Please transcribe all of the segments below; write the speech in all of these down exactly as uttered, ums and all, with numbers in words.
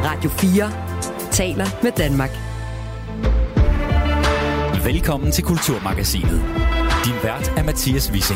Radio fire taler med Danmark. Velkommen til Kulturmagasinet. Din vært er Mathias Wissing.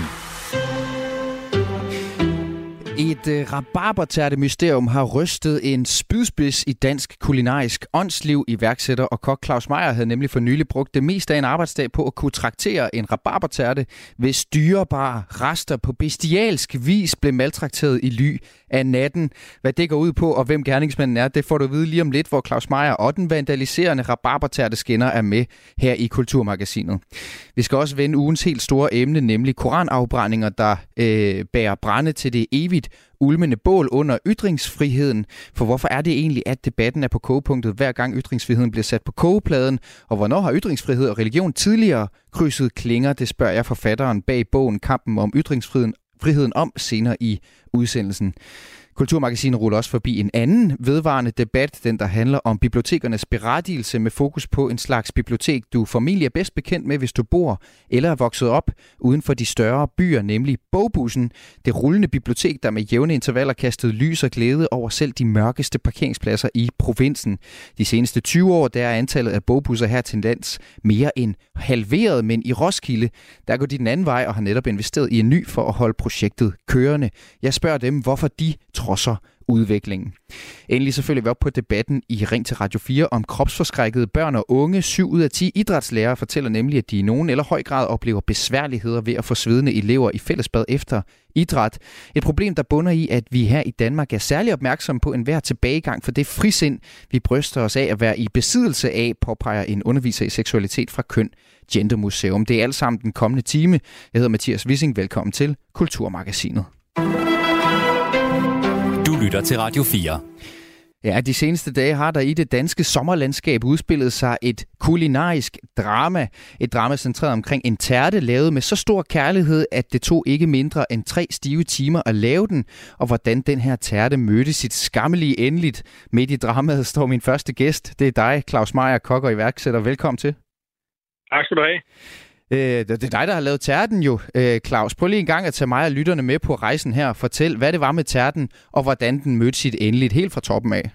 Et øh, rabarbertærte-mysterium har rystet en spydspids i dansk kulinarisk åndsliv. Iværksætter og kok Claus Meyer havde nemlig for nylig brugt det meste af en arbejdsdag på at kunne traktere en rabarbertærte, hvis dyrebare rester på bestialsk vis blev maltrakteret i ly af natten. Hvad det går ud på, og hvem gerningsmanden er, det får du at vide lige om lidt, hvor Claus Meyer og den vandaliserende rabarbertærte-skinner er med her i Kulturmagasinet. Vi skal også vende ugens helt store emne, nemlig koranafbrændinger, der øh, bærer brænde til det evigt ulmende bål under ytringsfriheden. For hvorfor er det egentlig, at debatten er på kogepunktet, hver gang ytringsfriheden bliver sat på kogepladen? Og hvornår har ytringsfrihed og religion tidligere krydset klinger? Det spørger jeg forfatteren bag bogen Kampen om ytringsfriheden friheden om senere i udsendelsen. Kulturmagasinet ruller også forbi en anden vedvarende debat, den der handler om bibliotekernes berettigelse med fokus på en slags bibliotek, du formentlig er bedst bekendt med, hvis du bor eller er vokset op uden for de større byer, nemlig Bogbussen, det rullende bibliotek, der med jævne intervaller kastede lys og glæde over selv de mørkeste parkeringspladser i provinsen. De seneste tyve år, der er antallet af bogbusser her til lands mere end halveret, men i Roskilde, der går de den anden vej og har netop investeret i en ny for at holde projektet kørende. Jeg spørger dem, hvorfor de trodser udviklingen. Endelig selvfølgelig vi op på debatten i Ring til Radio fire om kropsforskrækkede børn og unge. syv ud af ti idrætslærere fortæller nemlig, at de i nogen eller høj grad oplever besværligheder ved at få svedende elever i fællesbad efter idræt. Et problem, der bunder i, at vi her i Danmark er særlig opmærksomme på enhver tilbagegang for det frisind, vi bryster os af at være i besiddelse af, påpeger en underviser i seksualitet fra Køn Gendermuseum. Det er alt sammen den kommende time. Jeg hedder Mathias Wissing. Velkommen til Kulturmagasinet. Lytter til Radio fire. Ja, de seneste dage har der i det danske sommerlandskab udspillet sig et kulinarisk drama. Et drama centreret omkring en tærte, lavet med så stor kærlighed, at det tog ikke mindre end tre stive timer at lave den. Og hvordan den her tærte mødte sit skammelige endeligt. Midt i dramaet står min første gæst. Det er dig, Claus Meyer, kok og iværksætter. Velkommen til. Tak skal du have. Øh, det er dig, der har lavet tærten jo, øh, Claus. Prøv lige en gang at tage mig og lytterne med på rejsen her. Fortæl, hvad det var med tærten, og hvordan den mødte sit endeligt helt fra toppen af.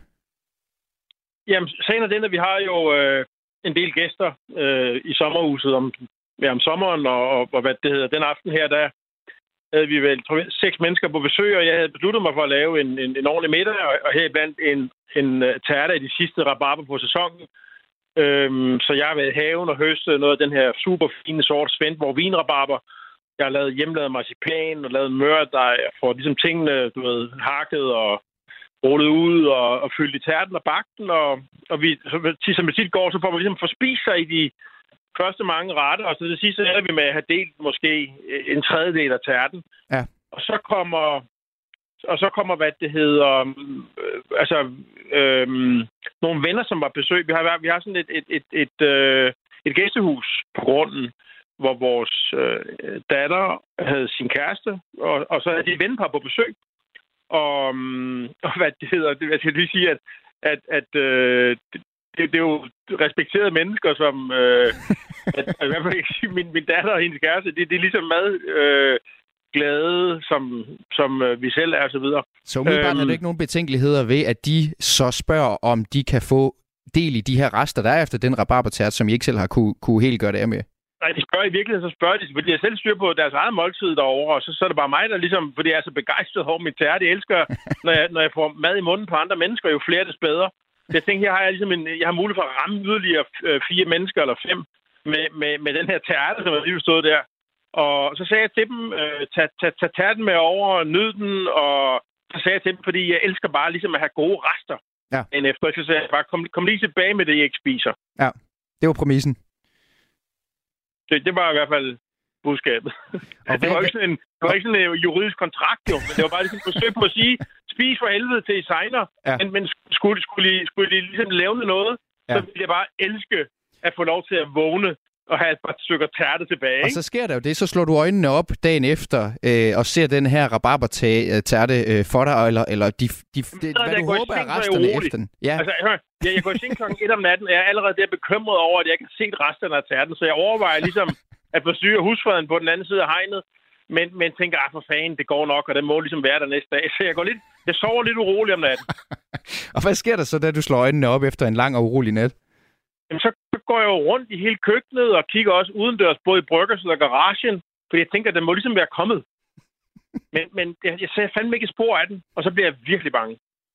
Jamen, sagen er den, at vi har jo øh, en del gæster øh, i sommerhuset om, ja, om sommeren, og, og, og hvad det hedder. Den aften her, der havde vi vel tror jeg, seks mennesker på besøg, og jeg havde besluttet mig for at lave en, en, en ordentlig middag, og, og heriblandt en, en tærte af de sidste rabarber på sæsonen. Øhm, så jeg har været i haven og høstet noget af den her super fine sorte Svendborg vinrabarber. Jeg har lavet hjemmelavet marcipan og lavet mørdej for ligesom tingene, du ved, hakket og rullet ud og, og fyldt i tærten og bagt den. Og, og vi, som det tit går, så får man ligesom forspist sig i de første mange retter, og så det sidste ender vi med at have delt måske en tredjedel af tærten. Ja. Og så kommer... Og så kommer, hvad det hedder, øh, altså øh, nogle venner, som var besøg. Vi har, vi har sådan et, et, et, et, øh, et gæstehus på grunden, hvor vores øh, datter havde sin kæreste, og, og så havde de et vennepar på besøg. Og, og hvad det hedder, det vil jeg lige sige, at, at, at øh, det, det er jo respekterede mennesker, som øh, at, at, at, at min, min datter og hendes kæreste, det, det er ligesom mad... Øh, glade, som, som øh, vi selv er, og så videre. Så umiddelbart øhm, er der ikke nogen betænkeligheder ved, at de så spørger, om de kan få del i de her rester, der er efter den rabarbertært, som I ikke selv har kunne, kunne helt gøre det af med? Nej, de spørger i virkeligheden, så spørger de, fordi jeg selv styrer på deres eget måltid derovre, og så, så er det bare mig, der ligesom, fordi jeg er så begejstret over min tærte. Jeg elsker, når jeg, når jeg får mad i munden på andre mennesker, jo flere, des bedre. Så jeg tænker, her har jeg ligesom en, jeg har mulighed for at ramme yderligere fire mennesker eller fem med, med, med den her tærte, som jeg lige stod der. Og så sagde jeg til dem, øh, tag, tag, tag tærten med over og nyd den, og så sagde jeg til dem, fordi jeg elsker bare ligesom at have gode rester. Ja. En efter, så sagde jeg bare, kom, kom lige tilbage med det, I ikke spiser. Ja, det var præmissen. Det, det var i hvert fald budskabet. Og det, var ikke sådan en, det var ikke sådan en juridisk kontrakt, jo, men det var bare ligesom et forsøg på at sige, spis for helvede til I segner, ja. men, men skulle, skulle, I, skulle I ligesom lave noget, ja. så ville jeg bare elske at få lov til at vågne og have et par stykker tærte tilbage. Og så sker der jo det, så slår du øjnene op dagen efter øh, og ser den her rabarbertærte øh, for dig, eller, eller de, de, de, Nå, hvad du håber er resterne efter den. Ja. Altså, hør, jeg, jeg går i seng klokken et om natten, og jeg er allerede der bekymret over, at jeg ikke har set resterne af tærten, så jeg overvejer ligesom at forstyrre husfreden på den anden side af hegnet, men, men tænker, ah for fanden, det går nok, og den må ligesom være der næste dag. Så jeg går lidt, jeg sover lidt urolig om natten. Og hvad sker der så, da du slår øjnene op efter en lang og urolig nat? Jamen, så går jeg jo rundt i hele køkkenet og kigger også udendørs, både i bryggerset og garagen, fordi jeg tænker, at den må ligesom være kommet. Men, men jeg, jeg ser fandme ikke spor af den, og så bliver jeg virkelig bange.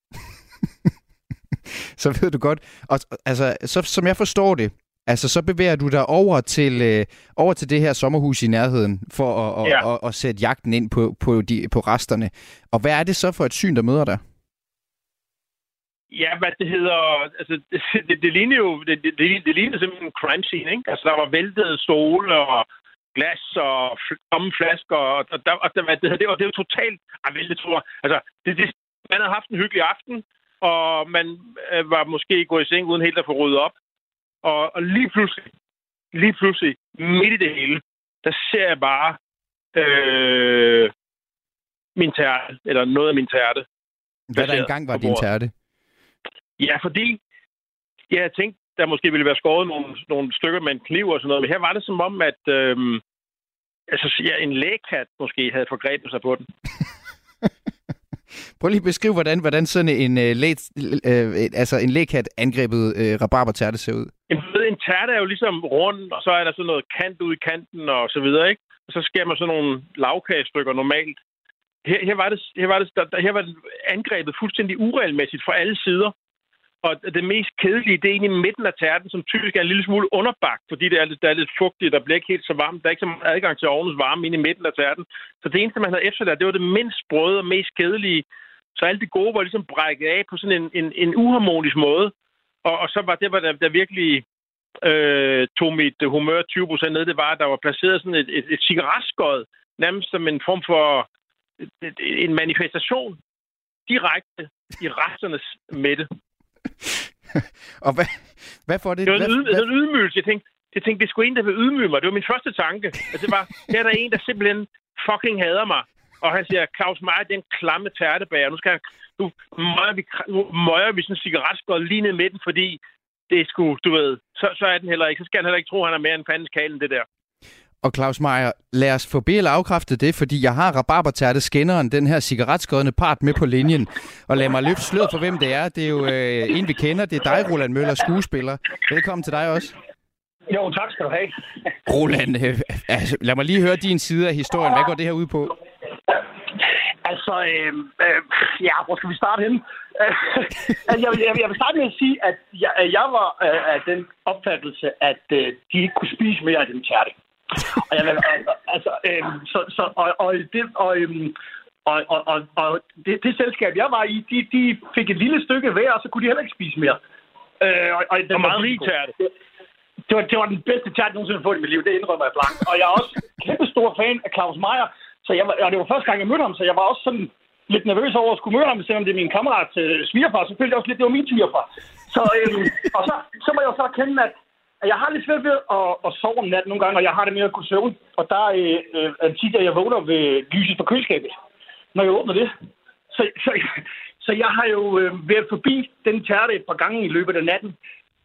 Så ved du godt. Og, altså, så, som jeg forstår det, altså, så bevæger du dig over til, øh, over til det her sommerhus i nærheden, for at, og, ja. og, og sætte jagten ind på, på, de, på resterne. Og hvad er det så for et syn, der møder dig? Ja, hvad det hedder... Altså, det, det, det ligner jo... Det, det, det ligner simpelthen en crime scene, ikke? Altså, der var væltede stole og glas og tomme flasker, og, og, der, og, der, hvad det, hedder, det, var, det var totalt... Ej, væltet, tror jeg. Altså, det, det, man havde haft en hyggelig aften, og man øh, var måske gået i seng uden helt at få ryddet op. Og, og lige pludselig, lige pludselig, midt i det hele, der ser jeg bare øh, min tærte, eller noget af min tærte. Hvad der engang var din tærte? Ja, fordi jeg havde tænkt, der måske ville være skåret nogle, nogle stykker med en kniv og sådan noget, men her var det som om, at øh, altså, ja, en lægekat måske havde forgrebet sig på den. Prøv lige at beskrive, hvordan, hvordan sådan en, uh, læ, uh, altså en lægekat angrebet uh, rabarbertærte ser ud. En, en tærte er jo ligesom rund, og så er der sådan noget kant ud i kanten og så videre, ikke? Og så skærer man sådan nogle lavkagestykker normalt. Her, her var det, her var det, der, her var det angrebet fuldstændig uregelmæssigt fra alle sider. Og det mest kedelige, det er egentlig midten af tærten, som typisk er en lille smule underbagt, fordi det er, lidt, det er lidt fugtigt, der bliver ikke helt så varmt. Der er ikke så meget adgang til ovnens varme inde i midten af tærten. Så det eneste, man havde efterladt, det var det mindst sprøde og mest kedelige. Så alt det gode var ligesom brækket af på sådan en, en, en uharmonisk måde. Og, og så var det, der, der virkelig øh, tog mit humør tyve procent ned, det var, at der var placeret sådan et, et, et cigaretskod, nærmest som en form for et, et, en manifestation direkte i resternes midte. Og hvad, hvad får det? Det var en, yd, hvad, en ydmygelse. Jeg tænkte, jeg tænkte, det skulle en, der vil ydmyge mig. Det var min første tanke. Altså, det var, her er der en, der simpelthen fucking hader mig. Og han siger, Claus Meyer, det er en klamme tærtebager. Nu, skal han, nu, møjer vi, nu møjer vi sådan en cigaretskål lige ned midten, fordi det er sgu, du ved, så, så er den heller ikke. Så skal han heller ikke tro, at han er mere end fandens kalen, det der. Og Claus Meyer, lad os få be- eller afkræfte det, fordi jeg har rabarbertærte-skinneren, den her cigaretskådende part med på linjen. Og lad mig løfte sløret for, hvem det er. Det er jo øh, en, vi kender. Det er dig, Roland Møller, skuespiller. Velkommen til dig også. Jo, tak skal du have. Roland, øh, altså, lad mig lige høre din side af historien. Hvad går det her ud på? Altså, øh, øh, ja, hvor skal vi starte henne? altså, jeg, jeg, jeg vil starte med at sige, at jeg, jeg var øh, af den opfattelse, at øh, de ikke kunne spise mere af den tærte. Og jeg, altså, øh, så, så, og, og, det, og, øh, og, og, og, og det, det selskab, jeg var i, de, de fik et lille stykke hver, og så kunne de heller ikke spise mere. Øh, og, og den var meget rig tærte. Det var, det var den bedste tærte, jeg nogensinde har fået i mit liv. Det indrømmer jeg blankt. Og jeg er også kæmpe stor fan af Claus Meyer. Så jeg var, og det var første gang, jeg mødte ham, så jeg var også sådan lidt nervøs over at skulle møde ham, selvom det er min kammerat øh, svigerfar. Så følte jeg også lidt, det var min svigerfar. Så, øh, og så, så må jeg jo så erkende, at jeg har lidt svært ved at, at sove om natten nogle gange, og jeg har det med at kunne søvn. Og der øh, er det tit, at jeg vågner ved lyset på køleskabet, når jeg åbner det. Så, så, så jeg har jo øh, været forbi den tærte et par gange i løbet af natten.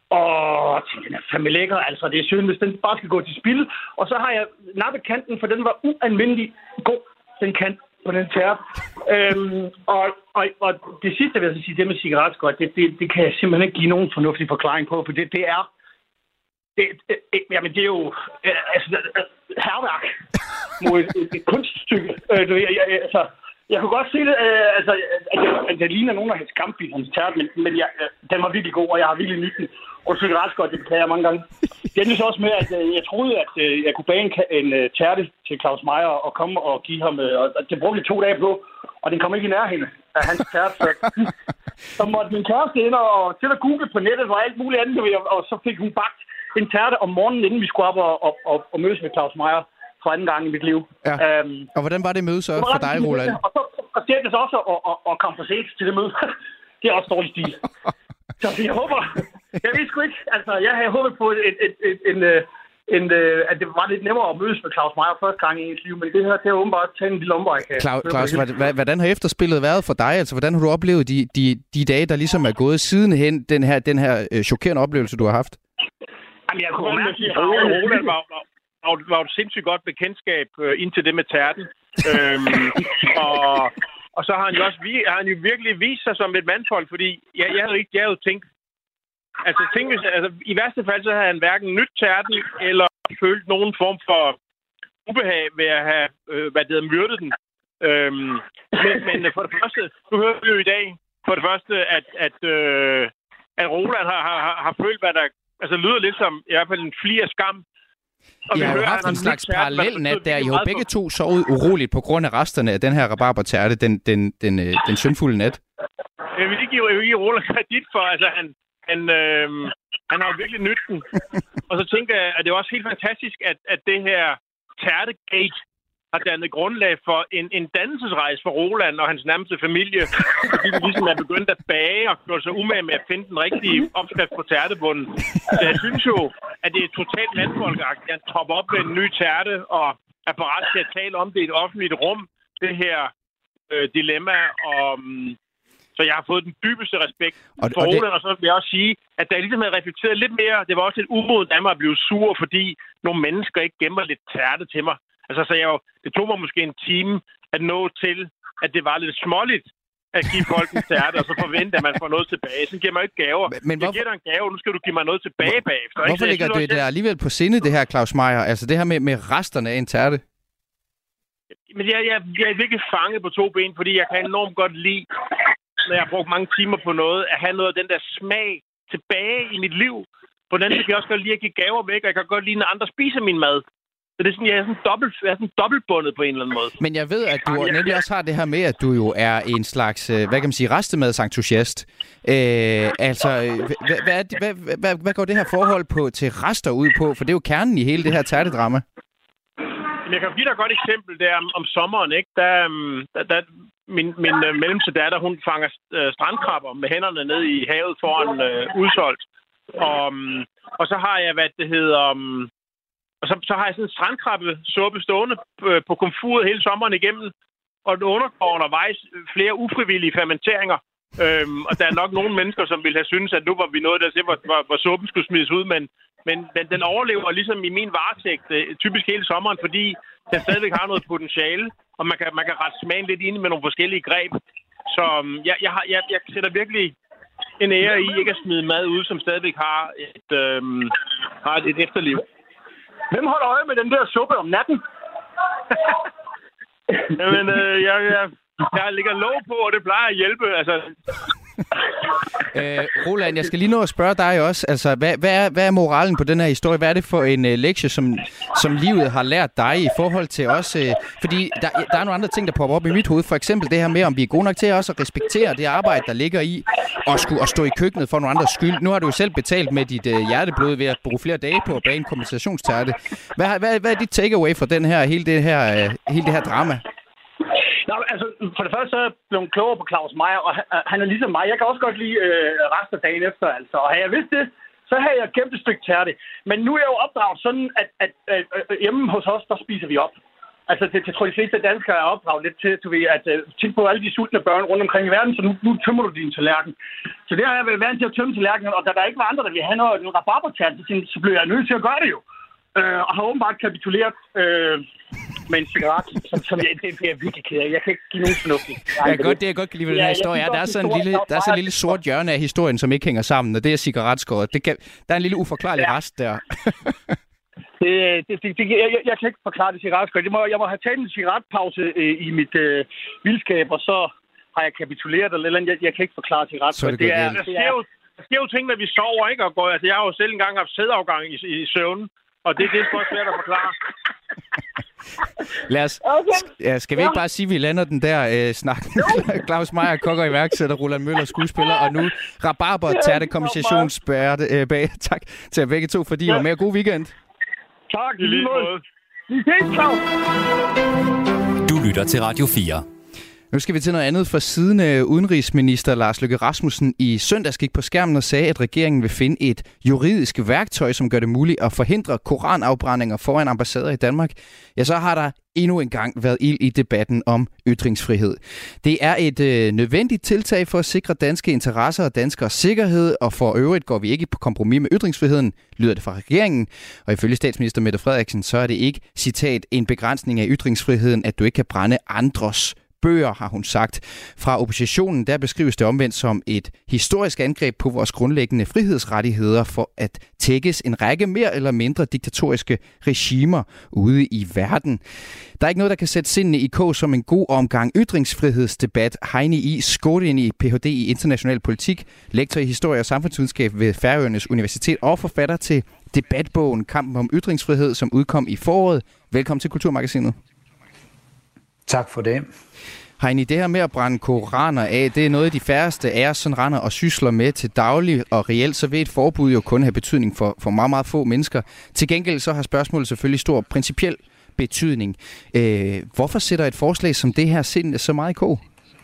Og den er fandme lækker, altså det er synd, hvis den bare skal gå til spil. Og så har jeg nappet kanten, for den var ualmindelig god, den kant på den tærte. øhm, og, og, og det sidste, vil jeg sige, det med cigaretskål, det, det, det kan jeg simpelthen ikke give nogen fornuftig forklaring på, for det, det er det, det, jamen det er jo øh, altså, hærværk mod et, et, et kunststykke. Øh, jeg, jeg, altså, jeg kunne godt se det, øh, altså, at, det, at det ligner nogen af hans kampbil, hans tært, men, men jeg, øh, den var virkelig god, og jeg har virkelig nydt den. Og cigaretskål, det beklager jeg mange gange. Det endte så også med, at øh, jeg troede, at øh, jeg kunne bage en, en uh, tærte til Claus Meyer og komme og give ham, øh, og det brugte jeg to dage på, og den kom ikke i nærheden af hans tærte. Så, så måtte min kæreste ind og til at google på nettet, hvor alt muligt andet, og så fik hun bagt en tærte om morgenen, inden vi skulle op og, og, og, og mødes med Claus Meyer for anden gang i mit liv. Ja. Um, og hvordan var det møde så for dig, Roland? Og så og det er så også at, at, at komme for sent til det møde. Det er også dårlig stil. Så jeg håber... Jeg ved sgu ikke. Altså, jeg havde håbet på, et, et, et, en, en, at det var lidt nemmere at mødes med Claus Meyer første gang i ens liv, men det her, det har åbenbart taget en lille omvej. Claus, Claus hvordan har efterspillet været for dig? Altså, hvordan har du oplevet de, de, de dage, der ligesom er gået sidenhen, den her, den her øh, chokerende oplevelse, du har haft? Jamen, jeg kunne mærke, at Roland var, var, var, var et sindssygt godt bekendtskab øh, indtil det med tærten. øhm, og Og så har han jo også har han jo virkelig vist sig som et mandfolk, fordi jeg, jeg havde ikke jeg havde tænkt, altså, tænk, hvis, altså i værste fald, så havde han hverken nyt tærten, eller følt nogen form for ubehag ved at have, øh, hvad det hedder, myrdet den. Øhm, men, men for det første, nu hører vi jo i dag, for det første, at, at, øh, at Roland har, har, har følt, hvad der altså lyder lidt som i hvert fald en fli af skam. Og I har jo haft en slags parallel nat der. I har begge to sovet uroligt på grund af resterne af den her rabarbertærte, den, den, den, den, den syndfulde nat. Jeg vil ikke give, jeg vil give Roland kredit for, altså han, han, øh, han har jo virkelig nydt den. Og så tænker jeg, at det er også helt fantastisk, at, at det her tærtegate har dannet grundlag for en, en dannelsesrejse for Roland og hans nærmeste familie, fordi de ligesom er begyndt at bage og gjort sig umage med at finde den rigtige opskrift på tærtebunden. Så jeg synes jo, at det er totalt mandfolkagtigt, at han tropper op med en ny tærte og er parat til at tale om det i et offentligt rum, det her øh, dilemma. Og, så jeg har fået den dybeste respekt og, for og Roland, det... og så vil jeg også sige, at der ligesom havde reflekteret lidt mere. Det var også lidt umoden af mig at blive sur, fordi nogle mennesker ikke gemmer lidt tærte til mig. Altså, så jeg jo, det tog mig måske en time at nå til, at det var lidt småligt at give folk en tærte, og så forvente, at man får noget tilbage. Så giver man ikke gaver. Men, men jeg giver dig en gave, nu skal du give mig noget tilbage hvor, bagefter. Ikke? Hvorfor ligger det der alligevel på sinde, det her, Claus Meyer? Altså det her med, med resterne af en tærte? Men jeg, jeg, jeg er virkelig fanget på to ben, fordi jeg kan enormt godt lide, når jeg har brugt mange timer på noget, at have noget af den der smag tilbage i mit liv. På den anden side kan jeg også godt lide at give gaver væk, og jeg kan godt lide, når andre spiser min mad. Så det er sådan, jeg er sådan dobbelt, jeg er sådan dobbeltbundet på en eller anden måde. Men jeg ved, at du nemlig også har det her med, at du jo er en slags, hvad kan man sige, restemadsentusiast. Øh, altså, hvad, hvad, hvad, hvad, hvad går det her forhold på til rester ud på? For det er jo kernen i hele det her tærtedrama. Jeg kan give dig et godt eksempel der om, om sommeren, ikke? Der, der, der min, min uh, mellemste datter, hun fanger uh, strandkrabber med hænderne ned i havet foran uh, udsolgt. Og, um, og så har jeg, hvad det hedder... Um, Og så, så har jeg sådan en strandkrabbesuppe stående øh, på komfuret hele sommeren igennem. Og det undergår undervejs flere ufrivillige fermenteringer. Øhm, og der er nok nogle mennesker, som ville have syntes, at nu var vi nået der til, hvor, hvor, hvor suppen skulle smides ud. Men, men den, den overlever ligesom i min varetægt øh, typisk hele sommeren, fordi den stadigvæk har noget potentiale. Og man kan, man kan rette smagen lidt ind med nogle forskellige greb. Så um, jeg, jeg, har, jeg, jeg sætter virkelig en ære i ikke at smide mad ud, som stadigvæk har et, øh, har et, et efterliv. Hvem holder øje med den der suppe om natten? Jamen, øh, jeg, jeg, jeg lægger låg på, og det plejer at hjælpe. Altså. øh, Roland, jeg skal lige nå at spørge dig også. Altså, hvad, hvad, er, hvad er moralen på den her historie? Hvad er det for en uh, lektie, som, som livet har lært dig i forhold til os? Uh, fordi der, der er nogle andre ting, der popper op i mit hoved. For eksempel det her med, om vi er gode nok til også at respektere det arbejde, der ligger i og skulle at stå i køkkenet for nogle andres skyld. Nu har du jo selv betalt med dit uh, hjerteblod ved at bruge flere dage på at bage en kompensationstærte. Hvad, hvad, hvad er dit takeaway for den her, hele det her, uh, hele det her drama? Nå, altså, for det første så er jeg blevet klogere på Claus Meyer, og han, han er ligesom mig. Jeg kan også godt lide øh, rester dagen efter, altså. Og havde jeg vidst det, så havde jeg gemt et stykke tærte. Men nu er jeg jo opdraget sådan, at, at, at, at hjemme hos os, der spiser vi op. Altså, det, jeg tror, de fleste danskere er opdraget lidt til, du ved, at uh, tænke på alle de sultne børn rundt omkring i verden, så nu, nu tømmer du din tallerken. Så det har jeg været vant til at tømme tallerkenen, og da der ikke var andre, der ville have noget, noget rabarbertærte, så, så blev jeg nødt til at gøre det jo. Uh, og har åbenbart kapituleret uh, med en cigaret, som, som jeg, det er virkelig ked af. Jeg kan ikke give nogen fornuftigt. Ja, godt, det er godt lide ved den her historie. Ja, der er sådan en lille, der er sådan en lille sort hjørne af historien, som ikke hænger sammen, og det er cigaretskåret. Det kan, der er en lille uforklarlig ja. rest der. det, det, det, det, jeg, jeg kan ikke forklare det cigaretskåret. Jeg må, jeg må have taget en cigaretpause øh, i mit øh, vildskab, og så har jeg kapituleret, eller jeg, jeg kan ikke forklare cigaretskåret. Det, det er, der sker jo, der sker jo ting, når vi sover, ikke? Og går, altså, jeg har jo selv engang haft sædafgang i, i søvnen. Og det, det er også svært at forklare. Lad os, okay. ja, skal vi ikke bare sige, at vi lander den der øh, snak? Claus Meyer, kok og iværksætter, Roland Møller, skuespiller, og nu rabarber tærte kommunikationsbærte øh, bag. Tak til jer begge to, fordi I ja. var med. God weekend. Tak, i lige måde. Vi ses, Claus. Du lytter til Radio fire. Nu skal vi til noget andet, for siden øh, udenrigsminister Lars Løkke Rasmussen i søndags gik på skærmen og sagde, at regeringen vil finde et juridisk værktøj, som gør det muligt at forhindre koranafbrændinger foran ambassader i Danmark. Ja, så har der endnu en gang været ild i debatten om ytringsfrihed. Det er et øh, nødvendigt tiltag for at sikre danske interesser og danskers sikkerhed, og for øvrigt går vi ikke på kompromis med ytringsfriheden, lyder det fra regeringen. Og ifølge statsminister Mette Frederiksen, så er det ikke, citat, en begrænsning af ytringsfriheden, at du ikke kan brænde andres bøger, har hun sagt. Fra oppositionen, der beskrives det omvendt som et historisk angreb på vores grundlæggende frihedsrettigheder for at tækkes en række mere eller mindre diktatoriske regimer ude i verden. Der er ikke noget, der kan sætte sindene i kog som en god omgang ytringsfrihedsdebat. Heini I. Skodini, P H D i international politik, lektor i historie og samfundsvidenskab ved Færøernes Universitet og forfatter til debatbogen Kampen om ytringsfrihed, som udkom i foråret. Velkommen til Kulturmagasinet. Tak for det. Heini, det her med at brænde koraner af, det er noget, de færreste af os sådan render og sysler med til daglig, og reelt så vil et forbud jo kun have betydning for, for meget, meget få mennesker. Til gengæld så har spørgsmålet selvfølgelig stor principiel betydning. Øh, hvorfor sætter et forslag som det her sind så meget i kog?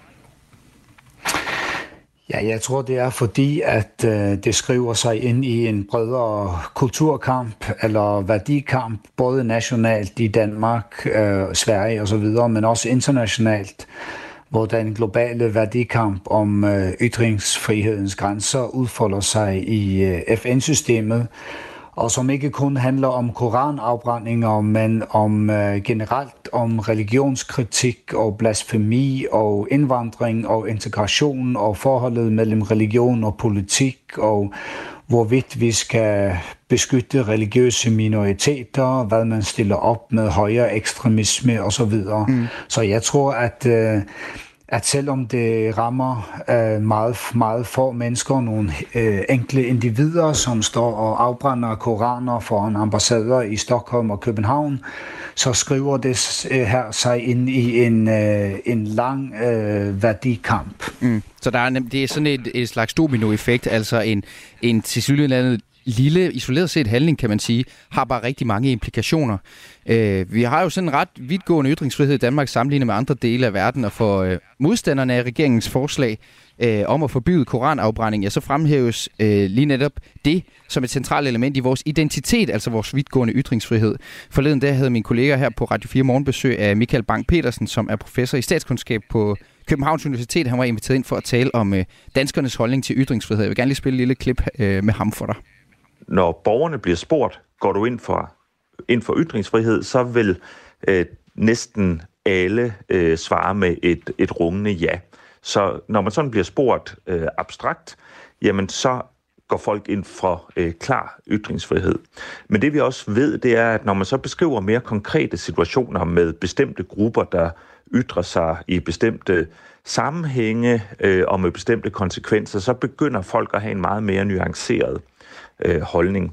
Ja, jeg tror, det er fordi, at øh, det skriver sig ind i en bredere kulturkamp eller værdikamp, både nationalt i Danmark, øh, Sverige osv., men også internationalt, hvor den globale værdikamp om øh, ytringsfrihedens grænser udfolder sig i øh, F N-systemet, og som ikke kun handler om koranafbrændinger, men om øh, generelt om religionskritik og blasfemi og indvandring og integration og forholdet mellem religion og politik og hvorvidt vi skal beskytte religiøse minoriteter, hvad man stiller op med højere ekstremisme osv. Mm. Så jeg tror, at øh, at selvom det rammer øh, meget, meget få mennesker, nogle øh, enkle individer, som står og afbrænder koraner foran ambassader i Stockholm og København, så skriver det øh, her sig ind i en, øh, en lang øh, værdikamp. Mm. Så der er nem- det er sådan et, et slags dominoeffekt, altså en, en tilsyneladende lille, isoleret set handling, kan man sige, har bare rigtig mange implikationer. Øh, vi har jo sådan en ret vidtgående ytringsfrihed i Danmark sammenlignet med andre dele af verden, og for øh, modstanderne af regeringens forslag øh, om at forbyde koranafbrænding, ja, så fremhæves øh, lige netop det som et centralt element i vores identitet, altså vores vidtgående ytringsfrihed. Forleden der havde min kollega her på Radio fire Morgenbesøg af Michael Bang-Petersen, som er professor i statskundskab på Københavns Universitet. Han var inviteret ind for at tale om øh, danskernes holdning til ytringsfrihed. Jeg vil gerne lige spille et lille klip øh, med ham for dig. Når borgerne bliver spurgt, går du ind for, ind for ytringsfrihed, så vil øh, næsten alle øh, svare med et, et rungende ja. Så når man sådan bliver spurgt øh, abstrakt, jamen så går folk ind for øh, klar ytringsfrihed. Men det vi også ved, det er, at når man så beskriver mere konkrete situationer med bestemte grupper, der ytrer sig i bestemte sammenhænge øh, og med bestemte konsekvenser, så begynder folk at have en meget mere nuanceret øh, holdning.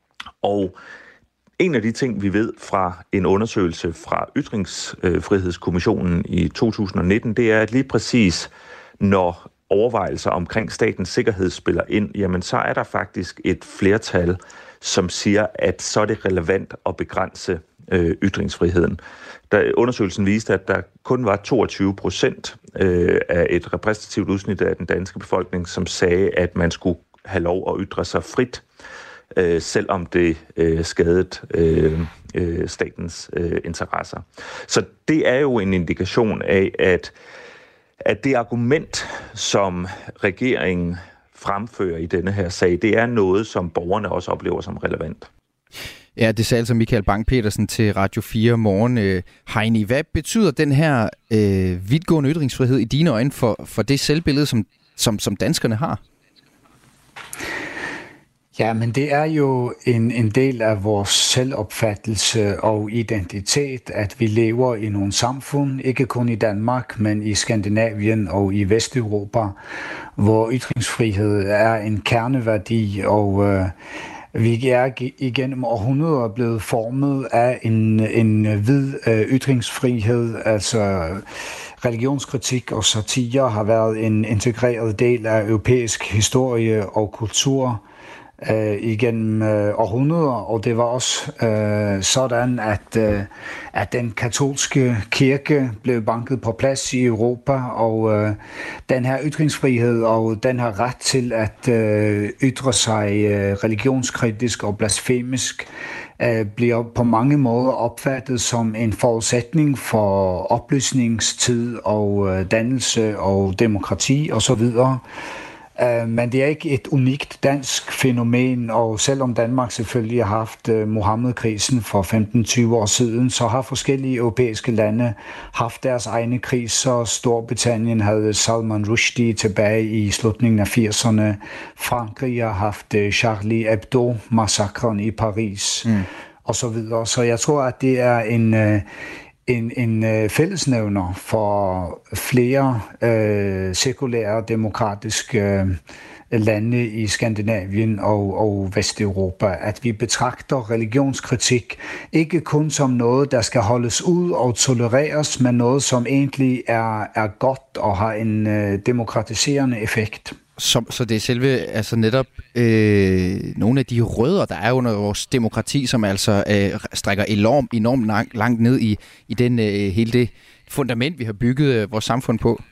Og en af de ting, vi ved fra en undersøgelse fra Ytringsfrihedskommissionen i to tusind nitten, det er, at lige præcis når overvejelser omkring statens sikkerhed spiller ind, jamen så er der faktisk et flertal, som siger, at så er det relevant at begrænse øh, ytringsfriheden. Der, undersøgelsen viste, at der kun var toogtyve procent øh, af et repræsentativt udsnit af den danske befolkning, som sagde, at man skulle have lov at ytre sig frit, øh, selvom det øh, skadede øh, øh, statens øh, interesser. Så det er jo en indikation af, at at det argument, som regeringen fremfører i denne her sag, det er noget, som borgerne også oplever som relevant. Ja, det sagde altså Michael Bang-Petersen til Radio fire Morgen. Øh, Heini, hvad betyder den her øh, vidtgående ytringsfrihed i dine øjne for, for det selvbillede, som, som, som danskerne har? Ja, men det er jo en, en del af vores selvopfattelse og identitet, at vi lever i nogle samfund, ikke kun i Danmark, men i Skandinavien og i Vesteuropa, hvor ytringsfrihed er en kerneværdi, og øh, vi er igennem århundreder blevet formet af en, en hvid øh, ytringsfrihed, altså religionskritik og satire har været en integreret del af europæisk historie og kultur Uh, igennem uh, århundreder, og det var også uh, sådan, at, uh, at den katolske kirke blev banket på plads i Europa, og uh, den her ytringsfrihed og den her ret til at uh, ytre sig uh, religionskritisk og blasfemisk uh, bliver på mange måder opfattet som en forudsætning for oplysningstid og uh, dannelse og demokrati osv. Uh, men det er ikke et unikt dansk fænomen, og selvom Danmark selvfølgelig har haft uh, Mohammed-krisen for femten til tyve år siden, så har forskellige europæiske lande haft deres egne kriser. Storbritannien havde Salman Rushdie tilbage i slutningen af firserne. Frankrig har haft uh, Charlie Hebdo-massakren i Paris, mm. og så videre. Så jeg tror, at det er en... Uh, En, en øh, fællesnævner for flere øh, sekulære, demokratiske øh, lande i Skandinavien og, og Vesteuropa, at vi betragter religionskritik ikke kun som noget, der skal holdes ud og tolereres, men noget, som egentlig er, er godt og har en øh, demokratiserende effekt. Så, så det er selve, altså netop øh, nogle af de rødder, der er under vores demokrati, som altså øh, strækker enormt, enormt langt, langt ned i, i den, øh, hele det fundament, vi har bygget øh, vores samfund på.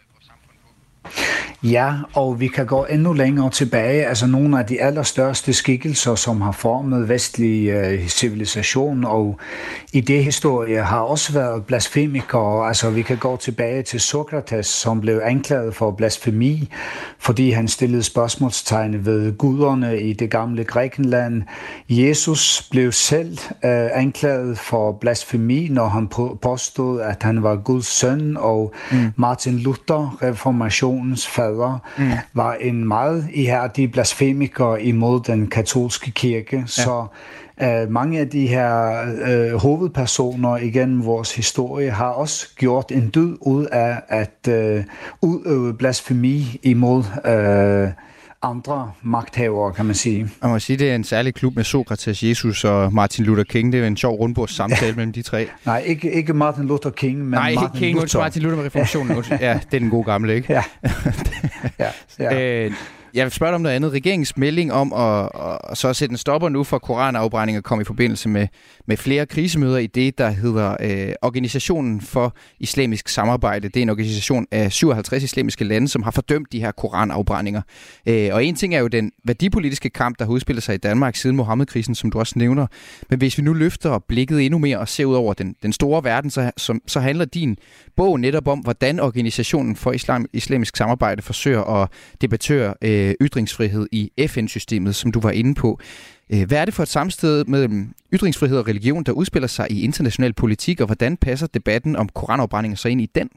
Ja, og vi kan gå endnu længere tilbage. Altså nogle af de allerstørste skikkelser, som har formet vestlig øh, civilisation og idéhistorie, har også været blasfemikere. Altså vi kan gå tilbage til Sokrates, som blev anklaget for blasfemi, fordi han stillede spørgsmålstegn ved guderne i det gamle Grækenland. Jesus blev selv øh, anklaget for blasfemi, når han påstod, at han var Guds søn, og mm. Martin Luther, reformationens fader, Mm. var en meget ihærdig blasfemiker imod den katolske kirke. Ja. Så uh, mange af de her uh, hovedpersoner igennem vores historie har også gjort en dyd ud af at uh, udøve blasfemi imod uh, andre magthavere, kan man sige. Jeg må sige, det er en særlig klub med Sokrates, Jesus og Martin Luther King. Det er en sjov rundbords samtale mellem de tre. Nej, ikke, ikke Martin Luther King, men Nej, Martin ikke King, Luther. Martin Luther med reformationen. Ja, det er den gode gamle, ikke? Ja. ja, ja. øh, Jeg vil spørge dig om noget andet. Regeringens melding om at, at så sætte en stopper nu for koranafbrændinger kom i forbindelse med, med flere krisemøder i det, der hedder øh, Organisationen for Islamisk Samarbejde. Det er en organisation af syvoghalvtreds islamiske lande, som har fordømt de her koranafbrændinger. Øh, og en ting er jo den værdipolitiske kamp, der har udspillet sig i Danmark siden Mohammed-krisen, som du også nævner. Men hvis vi nu løfter blikket endnu mere og ser ud over den, den store verden, så, som, så handler din bog netop om, hvordan Organisationen for Islam, Islamisk Samarbejde forsøger at debattere øh, ytringsfrihed i F N-systemet, som du var inde på. Hvad er det for et samsted mellem ytringsfrihed og religion, der udspiller sig i international politik, og hvordan passer debatten om koranafbrændinger så ind i den?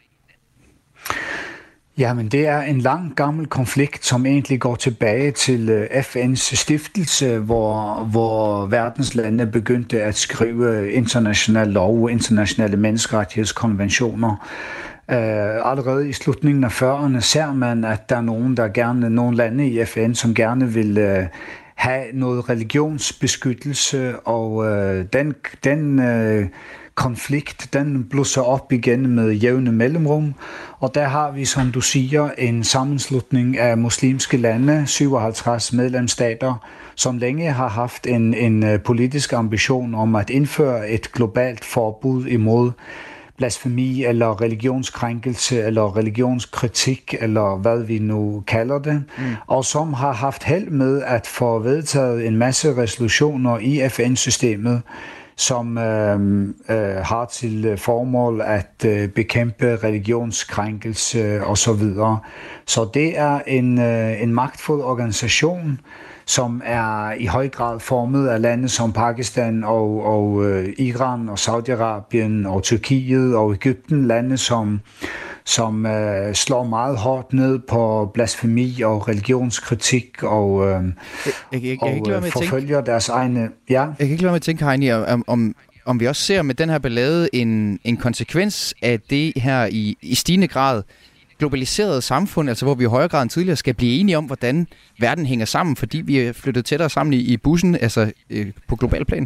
Jamen, det er en lang gammel konflikt, som egentlig går tilbage til F N's stiftelse, hvor, hvor verdens lande begyndte at skrive international lov og internationale menneskerettighedskonventioner. Uh, allerede i slutningen af fyrrerne ser man, at der er nogen, der gerne, nogle lande i F N, som gerne vil uh, have noget religionsbeskyttelse, og uh, den, den uh, konflikt, den blusser op igen med jævne mellemrum, og der har vi, som du siger, en sammenslutning af muslimske lande, syvoghalvtreds medlemsstater, som længe har haft en, en politisk ambition om at indføre et globalt forbud imod blasfemi eller religionskrænkelse eller religionskritik eller hvad vi nu kalder det, mm. og som har haft held med at få vedtaget en masse resolutioner i F N-systemet, som øh, øh, har til formål at øh, bekæmpe religionskrænkelse og så videre. Så det er en, øh, en magtfuld organisation, som er i høj grad formet af lande som Pakistan og, og øh, Iran og Saudi-Arabien og Tyrkiet og Egypten, lande som, som øh, slår meget hårdt ned på blasfemi og religionskritik og, øh, jeg, jeg, jeg, jeg og øh, forfølger tænke, deres egne... Ja? Jeg kan ikke lade med at tænke, Heini, om, om, om vi også ser med den her ballade en, en konsekvens af det her i, i stigende grad globaliseret samfund, altså hvor vi i højere grad end tidligere skal blive enige om, hvordan verden hænger sammen, fordi vi er flyttet tættere sammen i, i bussen, altså øh, på global plan?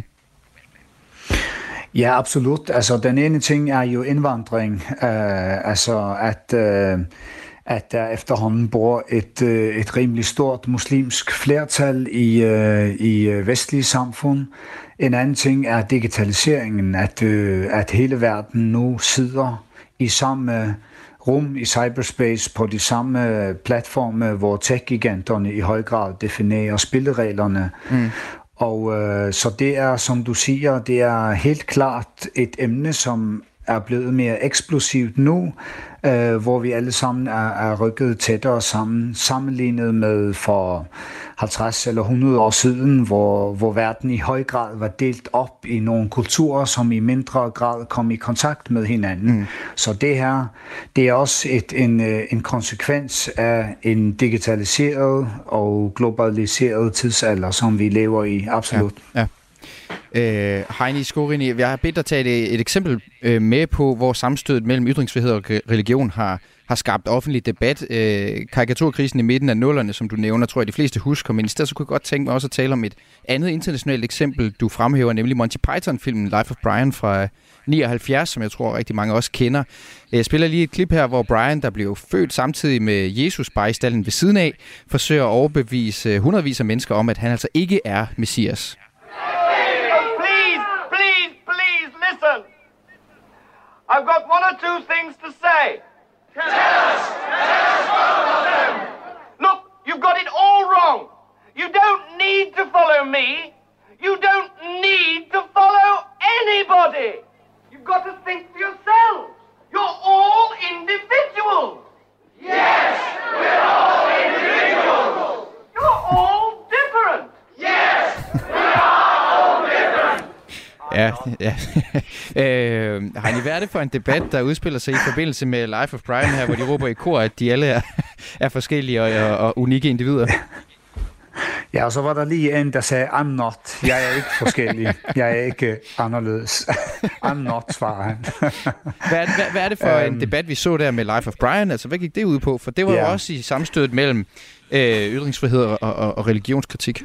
Ja, absolut. Altså, den ene ting er jo indvandring. Uh, altså, at, uh, at der efterhånden bor et, uh, et rimelig stort muslimsk flertal i, uh, i vestlige samfund. En anden ting er digitaliseringen, at, uh, at hele verden nu sidder i samme rum i cyberspace på de samme platforme, hvor tech-giganterne i høj grad definerer spillereglerne. Mm. Og øh, så det er, som du siger, det er helt klart et emne, som er blevet mere eksplosivt nu, øh, hvor vi alle sammen er, er rykket tættere sammen, sammenlignet med for halvtreds eller hundrede år siden, hvor, hvor verden i høj grad var delt op i nogle kulturer, som i mindre grad kom i kontakt med hinanden. Mm. Så det her, det er også et, en, en konsekvens af en digitaliseret og globaliseret tidsalder, som vi lever i, absolut. Ja, ja. Øh, Heini Skorini, jeg har bedt dig tage et, et eksempel øh, med på, hvor sammenstødet mellem ytringsfrihed og religion har, har skabt offentlig debat. Øh, karikaturkrisen i midten af nullerne, som du nævner, tror jeg, de fleste husker, men i stedet så kunne jeg godt tænke mig også at tale om et andet internationalt eksempel, du fremhæver, nemlig Monty Python-filmen Life of Brian fra nioghalvfjerds, som jeg tror rigtig mange også kender. Jeg spiller lige et klip her, hvor Brian, der blev født samtidig med Jesus bare i stallen ved siden af, forsøger at overbevise hundredvis af mennesker om, at han altså ikke er Messias. I've got one or two things to say. Tell us! Tell us both of them! Look, you've got it all wrong. You don't need to follow me. You don't need to follow anybody. You've got to think for yourselves. You're all individuals. Yes, we're all individuals. You're all different. Yes, we are all different. Ja, ja. øh, Heini, hvad er det for en debat, der udspiller sig i forbindelse med Life of Brian her, hvor de råber i kor, at de alle er, er forskellige og, og, og unikke individer? Ja, og så var der lige en, der sagde, I'm not. Jeg er ikke forskellig. Jeg er ikke anderledes. I'm not, svarer han. hvad, er det, hvad, hvad er det for um, en debat, vi så der med Life of Brian? Altså, hvad gik det ud på? For det var jo yeah. også i sammenstødet mellem øh, ytringsfrihed og, og, og religionskritik.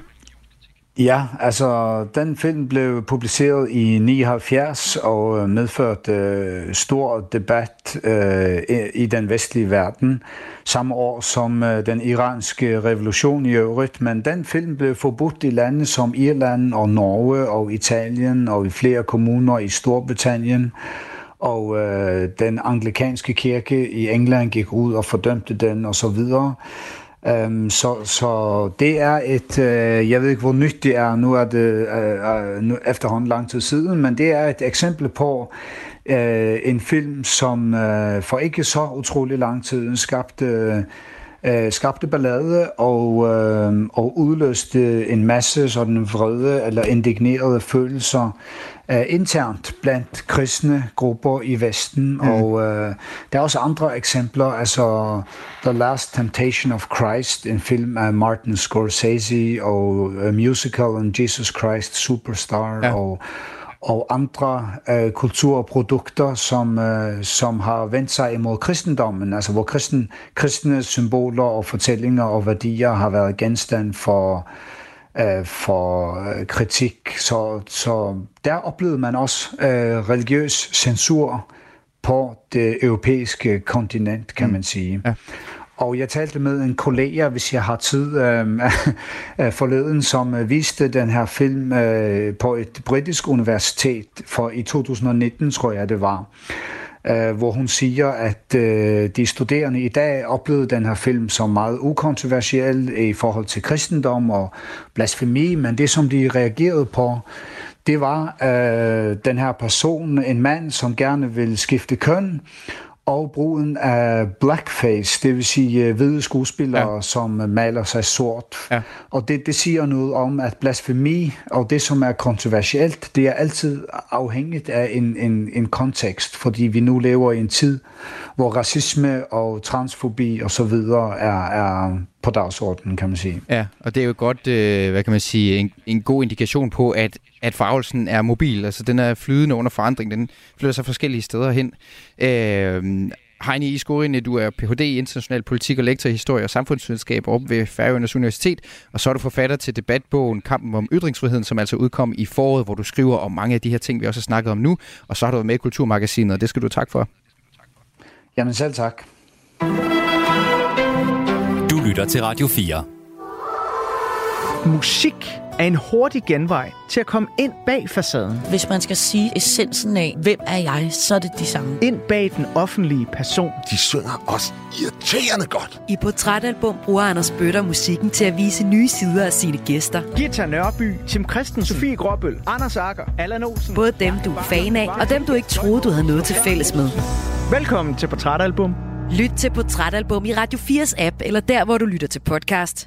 Ja, altså den film blev publiceret i nioghalvfjerds og medførte øh, stor debat øh, i den vestlige verden, samme år som øh, den iranske revolution i øvrigt, men den film blev forbudt i lande som Irland og Norge og Italien og i flere kommuner i Storbritannien. Og øh, den anglikanske kirke i England gik ud og fordømte den og så videre. Um, så, så det er et, uh, jeg ved ikke hvor nyt det er, nu er det uh, uh, nu efterhånden lang tid siden, men det er et eksempel på uh, en film, som uh, for ikke så utrolig lang tid skabte, uh, skabte ballade og, uh, og udløste en masse sådan vrede eller indignerede følelser Uh, internt blandt kristne grupper i Vesten, mm. og uh, der er også andre eksempler, altså The Last Temptation of Christ, en film af Martin Scorsese, og A Musical and Jesus Christ Superstar, ja. og, og andre uh, kulturprodukter, som, uh, som har vendt sig imod kristendommen, altså hvor kristen, kristne symboler og fortællinger og værdier har været genstand for for kritik, så, så der oplevede man også øh, religiøs censur på det europæiske kontinent, kan man sige. Ja. Og jeg talte med en kollega, hvis jeg har tid, øh, forleden, som viste den her film øh, på et britisk universitet for i to tusind nitten, tror jeg det var. Uh, hvor hun siger, at uh, de studerende i dag oplevede den her film som meget ukontroversiel i forhold til kristendom og blasfemi, men det, som de reagerede på, det var uh, den her person, en mand, som gerne vil skifte køn, og brugen af blackface, det vil sige hvide skuespillere, ja. som maler sig sort. Ja. Og det, det siger noget om, at blasfemi og det, som er kontroversielt, det er altid afhængigt af en, en, en kontekst, fordi vi nu lever i en tid, hvor racisme og transfobi og så videre er, er på dagsordenen, kan man sige. Ja, og det er jo godt, øh, hvad kan man sige, en, en god indikation på, at, at forargelsen er mobil. Altså, den er flydende under forandring. Den flytter sig forskellige steder hen. Øh, Heini Skorini, du er P H D i international politik og lektor i historie og samfundsvidenskab op ved Færøernes Universitet, og så er du forfatter til debatbogen Kampen om ytringsfriheden, som altså udkom i foråret, hvor du skriver om mange af de her ting, vi også har snakket om nu, og så har du været med i Kulturmagasinet, og det skal du tak for. Jamen selv tak. Du lytter til Radio fire. Musik er en hurtig genvej til at komme ind bag facaden. Hvis man skal sige essensen af, hvem er jeg, så er det de samme. Ind bag den offentlige person. De synger også irriterende godt. I Portrætalbum bruger Anders Bøtter musikken til at vise nye sider af sine gæster. Gita Nørby, Tim Christensen, Sofie Gråbøl, Anders Agger, Allan Olsen. Både dem, du er fan af, og dem, du ikke troede, du havde noget til fælles med. Velkommen til Portrætalbum Lyt til Portrætalbum i Radio fires app, eller der, hvor du lytter til podcast.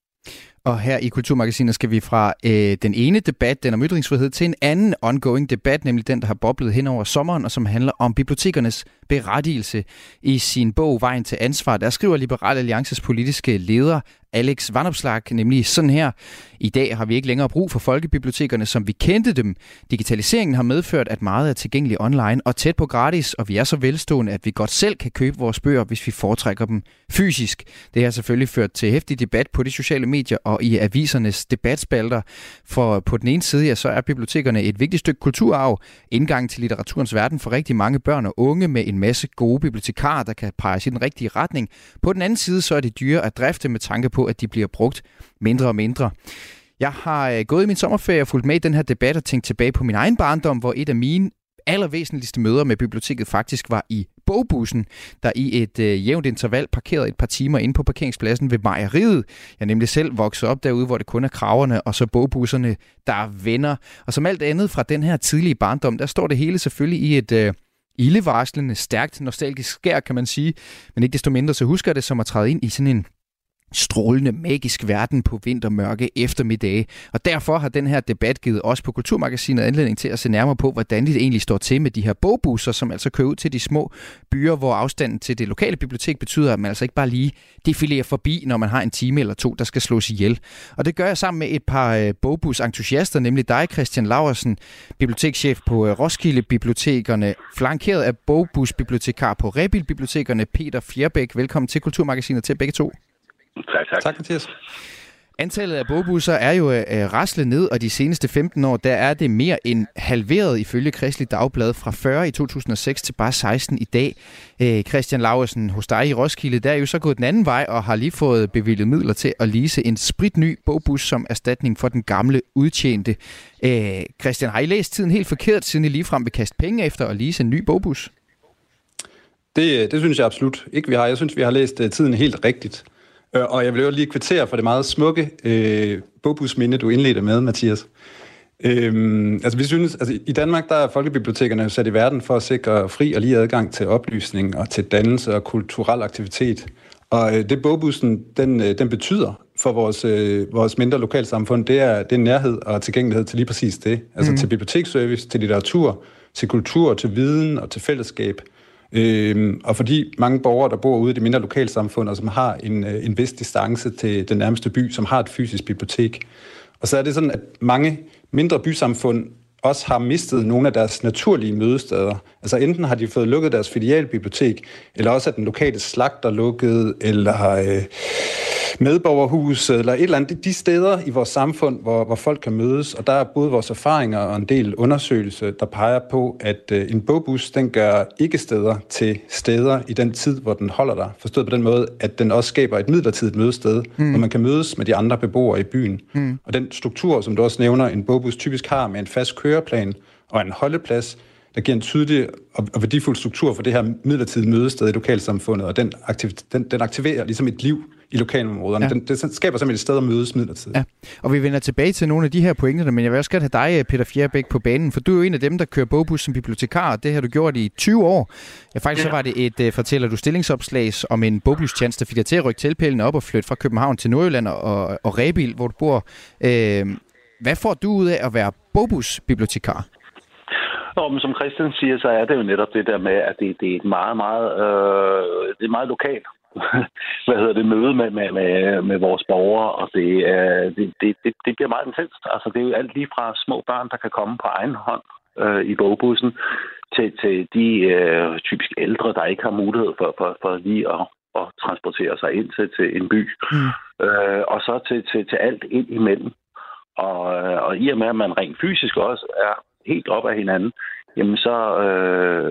Og her i Kulturmagasinet skal vi fra øh, den ene debat, den om ytringsfrihed, til en anden ongoing debat, nemlig den, der har boblet hen over sommeren, og som handler om bibliotekernes berettigelse. I sin bog Vejen til ansvar, der skriver Liberal Alliances politiske leder Alex Vanopslagh nemlig sådan her: I dag har vi ikke længere brug for folkebibliotekerne, som vi kendte dem. Digitaliseringen har medført, at meget er tilgængeligt online og tæt på gratis, og vi er så velstående, at vi godt selv kan købe vores bøger, hvis vi foretrækker dem fysisk. Det har selvfølgelig ført til heftig debat på de sociale medier og i avisernes debatspalter. For på den ene side, ja, så er bibliotekerne et vigtigt stykke kulturarv, indgang til litteraturens verden for rigtig mange børn og unge med en masse gode bibliotekarer, der kan pege i den rigtige retning. På den anden side, så er det dyre at drifte med tanke på, at de bliver brugt mindre og mindre. Jeg har gået i min sommerferie og fulgt med i den her debat og tænkt tilbage på min egen barndom, hvor et af mine allervæsentligste møder med biblioteket faktisk var i bogbussen, der i et øh, jævnt interval parkerede et par timer inde på parkeringspladsen ved mejeriet. Jeg er nemlig selv vokset op derude, hvor det kun er kraverne og så bogbusserne, der er venner. Og som alt andet fra den her tidlige barndom, der står det hele selvfølgelig i et øh, ildevarslende, stærkt nostalgisk skær, kan man sige. Men ikke desto mindre, så husker jeg det som at træde ind i sådan en strålende, magisk verden på vintermørke eftermiddage. Og derfor har den her debat givet os på Kulturmagasinet anledning til at se nærmere på, hvordan det egentlig står til med de her bogbusser, som altså kører ud til de små byer, hvor afstanden til det lokale bibliotek betyder, at man altså ikke bare lige defilerer forbi, når man har en time eller to, der skal slås ihjel. Og det gør jeg sammen med et par bogbus-entusiaster, nemlig dig, Christian Laursen, bibliotekschef på Roskilde Bibliotekerne, flankeret af bogbusbibliotekar på Rebild Bibliotekerne, Peter Fjerbæk. Velkommen til Kulturmagasinet til begge to. Tak, tak. Tak, Mathias. Antallet af bogbusser er jo øh, raslet ned, og de seneste femten år, der er det mere end halveret ifølge Kristeligt Dagblad fra fyrre i to tusind og seks til bare seksten i dag. Øh, Christian Laursen, hos dig i Roskilde, der er jo så gået den anden vej og har lige fået bevilget midler til at lease en spritny bogbus som erstatning for den gamle udtjente. Øh, Christian, har I læst tiden helt forkert, siden I ligefrem vil kaste penge efter at lease en ny bogbus? Det, det synes jeg absolut ikke, vi har. Jeg synes, vi har læst uh, tiden helt rigtigt. Og jeg vil jo lige kvittere for det meget smukke øh, bogbusminde, du indledte med, Mathias. Øhm, altså vi synes, altså i Danmark, der er folkebibliotekerne sat i verden for at sikre fri og lige adgang til oplysning og til dannelse og kulturel aktivitet. Og øh, det bogbussen, den, øh, den betyder for vores, øh, vores mindre lokalsamfund, det er, det er nærhed og tilgængelighed til lige præcis det. Altså mm. til biblioteksservice, til litteratur, til kultur, til viden og til fællesskab. Øhm, og fordi mange borgere, der bor ude i det mindre lokalsamfund, og som har en, en vis distance til den nærmeste by, som har et fysisk bibliotek. Og så er det sådan, at mange mindre bysamfund også har mistet nogle af deres naturlige mødesteder. Altså enten har de fået lukket deres filialbibliotek, eller også er den lokale slagter lukket, eller øh, medborgerhus, eller et eller andet. De steder i vores samfund, hvor, hvor folk kan mødes, og der er både vores erfaringer og en del undersøgelser, der peger på, at øh, en bogbus, den gør ikke steder til steder i den tid, hvor den holder der. Forstået på den måde, at den også skaber et midlertidigt mødested, mm. hvor man kan mødes med de andre beboere i byen. Mm. Og den struktur, som du også nævner, en bogbus typisk har med en fast køreplan og en holdeplads, der giver en tydelig og værdifuld struktur for det her midlertidige mødested i lokalsamfundet, og den, aktiv, den, den aktiverer ligesom et liv i lokalområderne. Ja. Den, det skaber simpelthen et sted at mødes midlertidigt. Ja. Og vi vender tilbage til nogle af de her pointer, men jeg vil også gerne have dig, Peter Fjerbæk, på banen, for du er jo en af dem, der kører bogbus som bibliotekar. Det har du gjort i tyve år. Ja, faktisk ja. Så var det et, uh, fortæller du, stillingsopslag om en bogbustjeneste, der fik dig til at rykke teltpælene op og flytte fra København til Nordjylland og, og Rebild, hvor du bor. Uh, hvad får du ud af at være bogbusbibliotekar? Nå, men som Christian siger, så er det jo netop det der med, at det, det er et meget, meget, øh, det er meget lokalt. Hvad hedder det, møde med, med, med, med vores borgere, og det, øh, det, det, det bliver meget intenst. Altså, det er jo alt lige fra små børn, der kan komme på egen hånd øh, i bogbussen, til, til de øh, typisk ældre, der ikke har mulighed for, for, for lige at, at transportere sig ind til, til en by. Mm. Øh, og så til, til, til alt ind imellem. Og, og i og med, at man rent fysisk også er helt op af hinanden, jamen så, øh,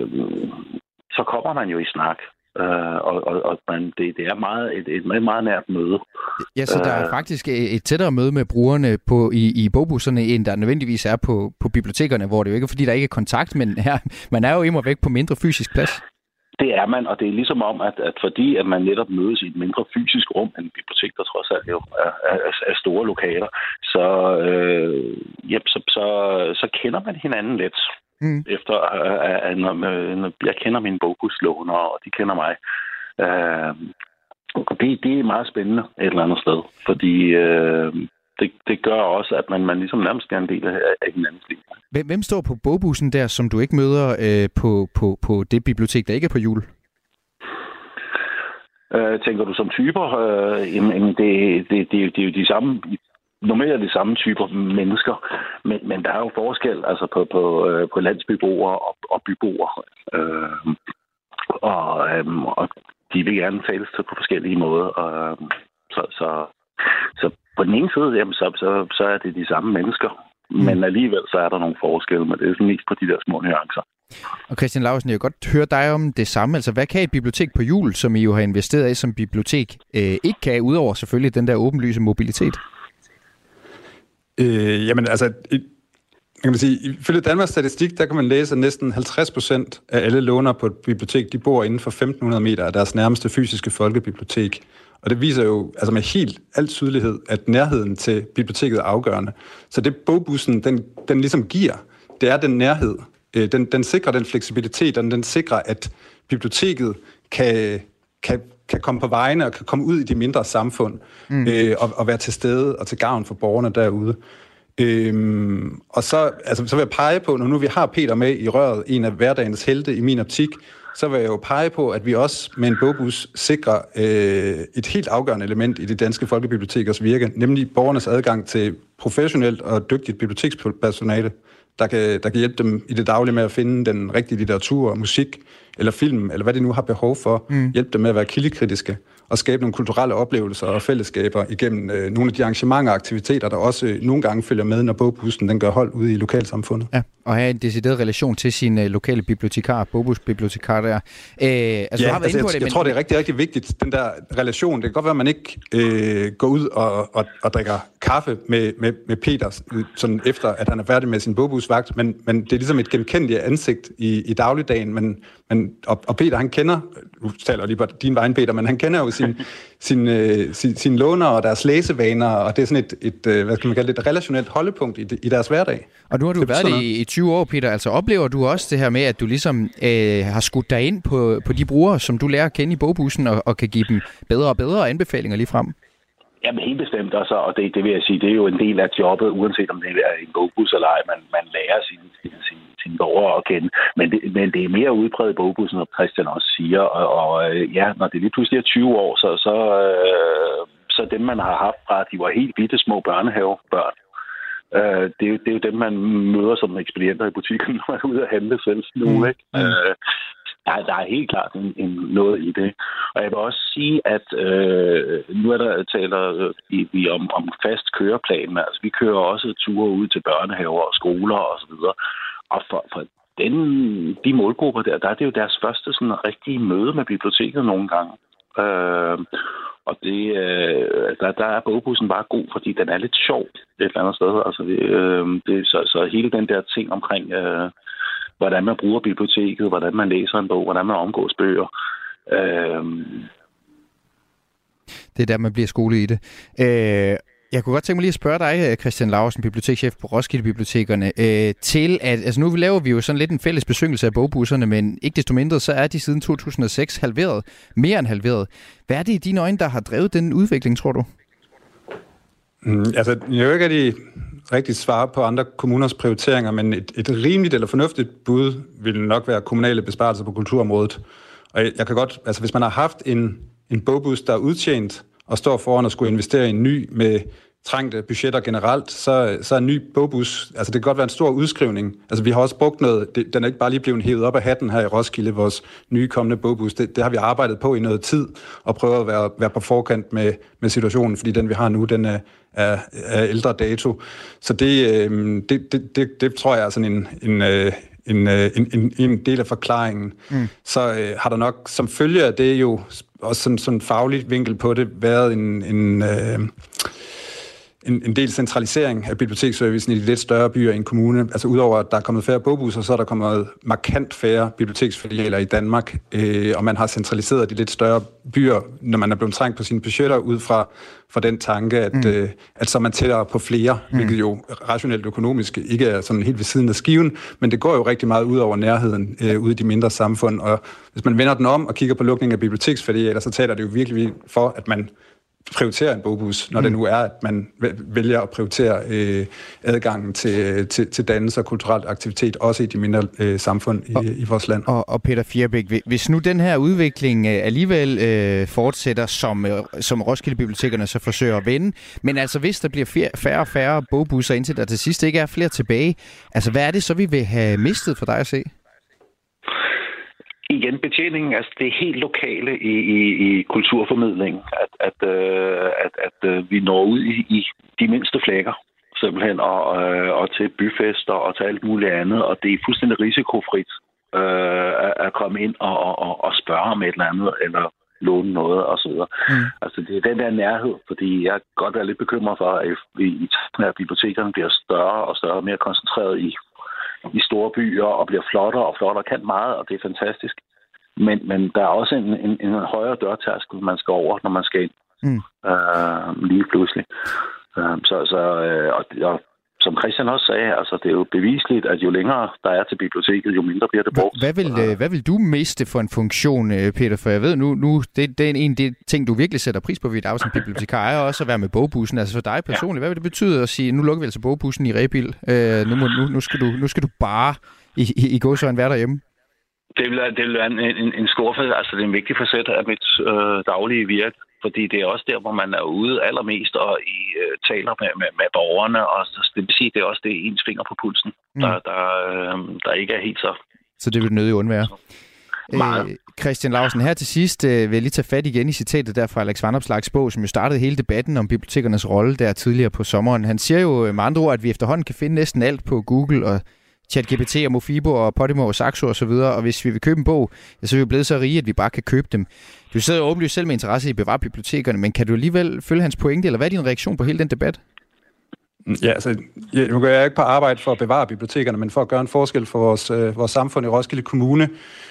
så kommer man jo i snak. Øh, og og, og man, det, det er meget, et, et meget, meget nært møde. Ja, så der er faktisk et tættere møde med brugerne på, i, i bogbusserne, end der nødvendigvis er på, på bibliotekerne, hvor det jo ikke er, fordi der ikke er kontakt, men her, man er jo immer væk på mindre fysisk plads. Det er man, og det er ligesom om, at, at fordi at man netop mødes i et mindre fysisk rum end en bibliotek, der trods alt jo er, er, er store lokaler, så, øh, jep, så, så, så kender man hinanden lidt. Mm. Efter at, at, at jeg kender mine bogbuslånere, og de kender mig. Øh, det, det er meget spændende et eller andet sted, fordi øh, det, det gør også, at man, man ligesom nærmest bliver en del af, af hinandens liv. Hvem står på bogbussen der, som du ikke møder øh, på, på, på det bibliotek, der ikke er på Jul? Øh, tænker du som typer? Øh, jamen, det, det, det, det er jo de samme, normalt de samme typer mennesker, men, men der er jo forskel altså på, på, på landsbyboere og, og byboere. Øh, og, øh, og de vil gerne tales til på forskellige måder. Og, så, så, så på den ene side, jamen, så, så, så er det de samme mennesker, mm. men alligevel så er der nogle forskelle, men det er mest på de der små nuancer. Og Christian Lausen, jeg vil godt høre dig om det samme. Altså, hvad kan et bibliotek på Jul, som I jo har investeret i som bibliotek, øh, ikke kan, udover selvfølgelig den der åbenlyse mobilitet? Øh, jamen, altså, man kan sige, ifølge Danmarks Statistik, der kan man læse, at næsten halvtreds procent af alle lånere på et bibliotek, de bor inden for femten hundrede meter af deres nærmeste fysiske folkebibliotek. Og det viser jo altså med helt alt tydelighed, at nærheden til biblioteket er afgørende. Så det bogbussen, den, den ligesom giver, det er den nærhed. Den, den sikrer den fleksibilitet, og den sikrer, at biblioteket kan, kan, kan komme på vejene og kan komme ud i de mindre samfund mm. øh, og, og være til stede og til gavn for borgerne derude. Øhm, og så, altså, så vil jeg pege på, når nu vi har Peter med i røret, en af hverdagens helte i min optik, så vil jeg jo pege på, at vi også med en bogbus sikrer øh, et helt afgørende element i det danske folkebibliotekers virke, nemlig borgernes adgang til professionelt og dygtigt bibliotekspersonale, der kan, der kan hjælpe dem i det daglige med at finde den rigtige litteratur, musik eller film, eller hvad de nu har behov for. Mm. Hjælpe dem med at være kildekritiske og skabe nogle kulturelle oplevelser og fællesskaber igennem øh, nogle af de arrangementer og aktiviteter, der også øh, nogle gange følger med, når bogbussen den gør hold ude i lokalsamfundet. Ja, og have en decideret relation til sin øh, lokale bibliotekar, bogbusbibliotekar der. Øh, altså, ja, du har været altså, inde på jeg, det, jeg men... tror, det er rigtig, rigtig vigtigt, den der relation. Det kan godt være, at man ikke øh, går ud og, og, og drikker kaffe med, med, med Peter, sådan efter at han er færdig med sin bogbusvagt, men, men det er ligesom et genkendeligt ansigt i, i dagligdagen, men, men, og, og Peter, han kender, du taler lige på din vejen, Peter, men han kender jo sin, sin, øh, sin, sin låner og deres læsevaner, og det er sådan et, et øh, hvad skal man kalde det, et relationelt holdepunkt i, i deres hverdag. Og nu har du det været i, i tyve år, Peter. Altså oplever du også det her med, at du ligesom øh, har skudt dig ind på, på de brugere, som du lærer at kende i bogbussen, og, og kan give dem bedre og bedre anbefalinger lige frem? Jamen helt bestemt også, og det, det vil jeg sige, det er jo en del af jobbet, uanset om det er en bogbus eller ej, man, man lærer sine sin, sin, sin borgere at kende. Men det, men det er mere udbredt i bogbussen, som Christian også siger, og, og ja, når det lige pludselig er tyve år, så, så, øh, så dem, man har haft fra, at de var helt bitte små børnehavebørn, øh, det, er jo, det er jo dem, man møder som ekspedienter i butikken, når man er ude at handle selv nu, mm. ikke? Mm. Øh, Der, der er helt klart en, en noget i det. Og jeg vil også sige, at øh, nu er der taler øh, vi om, om fast køreplan. Altså, vi kører også ture ud til børnehaver og skoler og så videre. Og for, for den, de målgrupper der, der er det jo deres første sådan rigtige møde med biblioteket nogle gange. Øh, og det, øh, der, der er bogbussen bare god, fordi den er lidt sjov et eller andet sted. Altså, det, øh, det, så, så hele den der ting omkring... Øh, hvordan man bruger biblioteket, hvordan man læser en bog, hvordan man omgås bøger. Øhm. Det er der, man bliver skole i det. Øh, jeg kunne godt tænke mig lige at spørge dig, Christian Lausen, bibliotekschef på Roskilde Bibliotekerne, øh, til at, altså nu laver vi jo sådan lidt en fælles besøgelse af bogbusserne, men ikke desto mindre, så er de siden to tusind og seks halveret, mere end halveret. Hvad er det i dine øjne, der har drevet den udvikling, tror du? Mm, altså, jeg vil ikke rigtig, rigtig svare på andre kommuners prioriteringer, men et, et rimeligt eller fornuftigt bud vil nok være kommunale besparelser på kulturområdet. Og jeg, jeg kan godt, altså hvis man har haft en, en bogbus, der er udtjent og står foran at skulle investere i en ny med trængte budgetter generelt, så, så er en ny bogbus, altså det kan godt være en stor udskrivning. Altså vi har også brugt noget, det, den er ikke bare lige blevet hævet op af hatten her i Roskilde, vores nye kommende bogbus. Det, det har vi arbejdet på i noget tid og prøvet at være, være på forkant med, med situationen, fordi den vi har nu, den er, er, er ældre dato. Så det, øh, det, det, det, det tror jeg er sådan en... en øh, En, en, en, en del af forklaringen. Mm. Så øh, har der nok som følge af det jo også sådan, sådan fagligt vinkel på det været en, en, øh, en, en del centralisering af biblioteksservicen i de lidt større byer i en kommune. Altså udover at der er kommet færre bogbusser, så er der kommet markant færre biblioteksfilialer i Danmark, øh, og man har centraliseret de lidt større byer, når man er blevet trængt på sine budgetter ud fra, fra den tanke, at, mm. øh, at så er man tættere på flere, mm. hvilket jo rationelt økonomisk ikke er sådan helt ved siden af skiven, men det går jo rigtig meget ud over nærheden øh, ude i de mindre samfund, og hvis man vender den om og kigger på lukning af biblioteksfilialer, så taler det jo virkelig for, at man prioritere en bogbus, når mm. det nu er, at man vælger at prioritere øh, adgangen til, til, til dannelse og kulturel aktivitet, også i de mindre øh, samfund i, og, i vores land. Og, og Peter Fjerbæk, hvis nu den her udvikling øh, alligevel øh, fortsætter, som, øh, som Roskilde Bibliotekerne så forsøger at vende, men altså hvis der bliver færre og færre bogbusser, indtil der til sidst ikke er flere tilbage, altså hvad er det så, vi vil have mistet for dig at se? Igen betjeningen, altså det er helt lokale i, i, i kulturformidling, at, at, øh, at, at øh, vi når ud i, i de mindste flækker, simpelthen, og, øh, og til byfester og til alt muligt andet, og det er fuldstændig risikofrit øh, at, at komme ind og, og, og spørge om et eller andet, eller låne noget, og så videre. Mm. Altså det er den der nærhed, fordi jeg kan godt være lidt bekymret for, at vi i at bibliotekerne bliver større og større og mere koncentreret i i store byer og bliver flottere og flottere, kan meget, og det er fantastisk. Men, men der er også en, en, en højere dørtærskel, man skal over, når man skal ind. Mm. Øh, lige pludselig. Øh, så, så, øh, og, og som Christian også sagde, altså, det er jo bevisligt, at jo længere der er til biblioteket, jo mindre bliver det brugt. Hvad vil, øh, hvad vil du miste for en funktion, Peter? For jeg ved nu, nu det, det er en af de ting, du virkelig sætter pris på ved dig som bibliotekar, er også at være med bogbussen. Altså for dig personligt, ja. Hvad vil det betyde at sige, nu lukker vi altså bogbussen i Rebild, øh, nu, må, nu, nu, skal du, nu skal du bare i, i, i gåsøjne være derhjemme? Det vil, det vil være en, en, en stor, altså det er en vigtig facet af mit øh, daglige virke. Fordi det er også der, hvor man er ude allermest og i øh, taler med, med, med borgerne, og det vil sige, det er også det ens finger på pulsen, mm. der, der, øh, der ikke er helt så. Så det vil nødig undvære. Øh, Christian Lausen, her til sidst øh, vil jeg lige tage fat igen i citatet der fra Alex Vanopslaghs bog, som jo startede hele debatten om bibliotekernes rolle der tidligere på sommeren. Han siger jo med andre ord, at vi efterhånden kan finde næsten alt på Google og ChatGPT og Mofibo og Podimo og Saxo og så videre, og hvis vi vil købe en bog, så er vi blevet så rige, at vi bare kan købe dem. Du sidder jo åbenlyst selv med interesse i at bevare bibliotekerne, men kan du alligevel følge hans pointe, eller hvad er din reaktion på hele den debat? Ja, altså, jeg, nu går jeg ikke på arbejde for at bevare bibliotekerne, men for at gøre en forskel for vores, øh, vores samfund i Roskilde Kommune.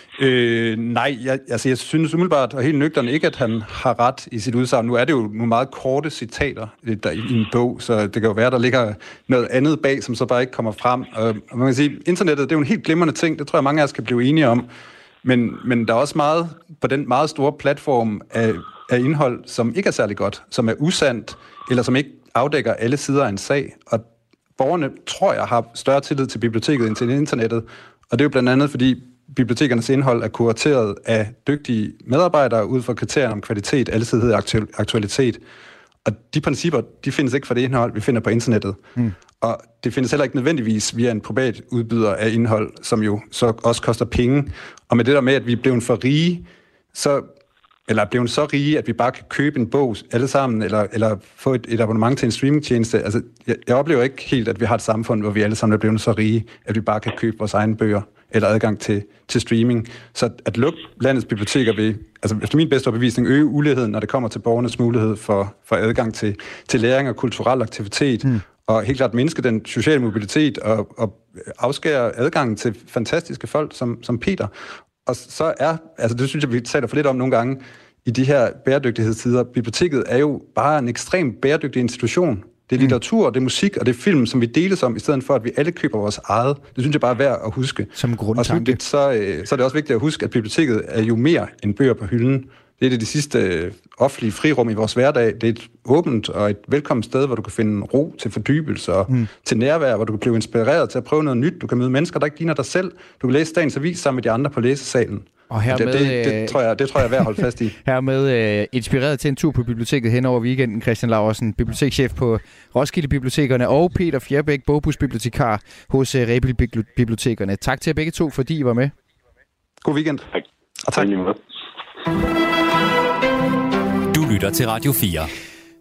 Øh, nej, jeg, altså, jeg synes umiddelbart, og helt nøgterne ikke, at han har ret i sit udsagn. Nu er det jo nogle meget korte citater der i en bog, så det kan jo være, der ligger noget andet bag, som så bare ikke kommer frem. Og man kan sige, internettet, det er jo en helt glimrende ting, det tror jeg, mange af os kan blive enige om. Men, men der er også meget på den meget store platform af, af indhold, som ikke er særlig godt, som er usandt, eller som ikke afdækker alle sider af en sag. Og borgerne, tror jeg, har større tillid til biblioteket end til internettet. Og det er jo blandt andet, fordi bibliotekernes indhold er kurateret af dygtige medarbejdere ud fra kriterier om kvalitet, alsidighed og aktualitet. Og de principper, de findes ikke for det indhold, vi finder på internettet. Mm. Og det findes heller ikke nødvendigvis via en privat udbyder af indhold, som jo så også koster penge. Og med det der med, at vi er blevet for rige, så, eller er blevet så rige, at vi bare kan købe en bog alle sammen, eller, eller få et, et abonnement til en streamingtjeneste. Altså, jeg, jeg oplever ikke helt, at vi har et samfund, hvor vi alle sammen er blevet så rige, at vi bare kan købe vores egne bøger eller adgang til, til streaming. Så at lukke landets biblioteker vil, altså efter min bedste overbevisning, øge uligheden, når det kommer til borgernes mulighed for, for adgang til, til læring og kulturel aktivitet, mm. og helt klart mindske den sociale mobilitet og, og afskære adgangen til fantastiske folk som, som Peter. Og så er, altså det synes jeg, vi taler for lidt om nogle gange i de her bæredygtighedstider. Biblioteket er jo bare en ekstremt bæredygtig institution. Det er litteratur, det er musik, og det er film, som vi deles om, i stedet for, at vi alle køber vores eget. Det synes jeg bare er værd at huske. Som grundtanke. Og slutligt, så, øh, så er det også vigtigt at huske, at biblioteket er jo mere end bøger på hylden. Det er det de sidste øh, offentlige frirum i vores hverdag. Det er et åbent og et velkomment sted, hvor du kan finde ro til fordybelse og mm. til nærvær, hvor du kan blive inspireret til at prøve noget nyt. Du kan møde mennesker, der ikke ligner dig selv. Du kan læse dagens avis sammen med de andre på læsesalen. Og hermed, det, det, det, tror jeg, det tror jeg er værd at holde fast i. Hermed uh, inspireret til en tur på biblioteket hen over weekenden, Christian Laursen, bibliotekschef på Roskilde Bibliotekerne, og Peter Fjerbæk, bogbusbibliotekar hos uh, Rebild Bibliotekerne. Tak til jer begge to, fordi I var med. God weekend. Tak. Og tak. Du lytter til Radio fire.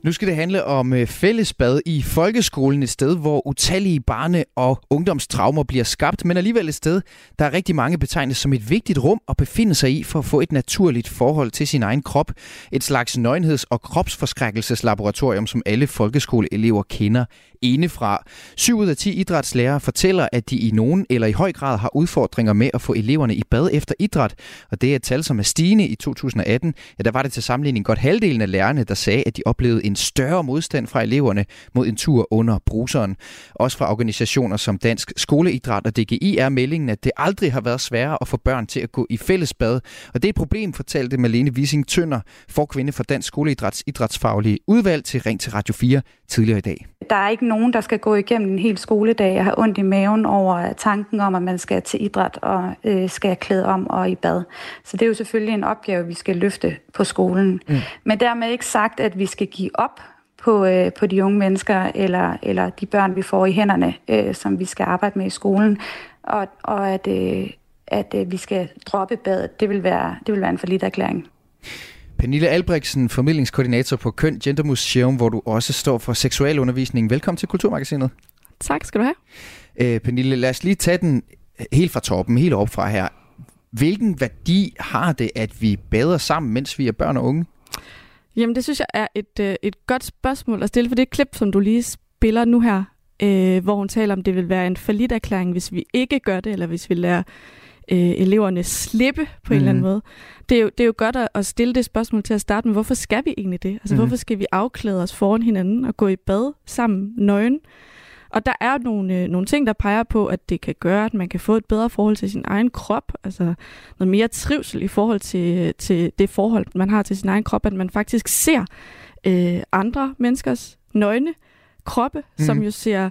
Nu skal det handle om fællesbad i folkeskolen, et sted, hvor utallige barne- og ungdomstraumer bliver skabt, men alligevel et sted, der er rigtig mange betegnet som et vigtigt rum at befinde sig i for at få et naturligt forhold til sin egen krop. Et slags nøgenheds- og kropsforskrækkelseslaboratorium, som alle folkeskoleelever kender indefra. Syv ud af ti idrætslærere fortæller, at de i nogen eller i høj grad har udfordringer med at få eleverne i bad efter idræt, og det er et tal, som er stigende. I to tusind og atten. Ja, der var det til sammenligning godt halvdelen af lærerne, der sagde, at de oplevede en større modstand fra eleverne mod en tur under bruseren. Også fra organisationer som Dansk Skoleidræt og D G I er meldingen, at det aldrig har været sværere at få børn til at gå i fællesbad. Og det er et problem, fortalte Malene Wissing Tønder, forkvinde for Dansk Skoleidræts idrætsfaglige udvalg til Ring til Radio fire tidligere i dag. Der er ikke nogen, der skal gå igennem en hel skoledag og have ondt i maven over tanken om, at man skal til idræt og øh, skal klæde om og i bad. Så det er jo selvfølgelig en opgave, vi skal løfte på skolen. Mm. Men dermed ikke sagt, at vi skal give op på, øh, på de unge mennesker eller, eller de børn, vi får i hænderne, øh, som vi skal arbejde med i skolen. Og, og at, øh, at øh, vi skal droppe badet, det vil være, det vil være en forlidt erklæring. Pernille Albrechtsen, formidlingskoordinator på Køn Gender Museum, hvor du også står for seksualundervisning. Velkommen til Kulturmagasinet. Tak skal du have. Æ, Pernille, lad os lige tage den helt fra toppen, helt op fra her. Hvilken værdi har det, at vi bader sammen, mens vi er børn og unge? Jamen, det synes jeg er et, et godt spørgsmål at stille, for det klip, som du lige spiller nu her, øh, hvor hun taler om, det vil være en falliterklæring, hvis vi ikke gør det, eller hvis vi lader øh, eleverne slippe på en mm. eller anden måde. Det er, jo, det er jo godt at, at stille det spørgsmål til at starte med, hvorfor skal vi egentlig det? Altså, mm. hvorfor skal vi afklæde os foran hinanden og gå i bad sammen nøgen? Og der er nogle, øh, nogle ting, der peger på, at det kan gøre, at man kan få et bedre forhold til sin egen krop, altså noget mere trivsel i forhold til, til det forhold, man har til sin egen krop, at man faktisk ser øh, andre menneskers nøgne kroppe, mm. som jo ser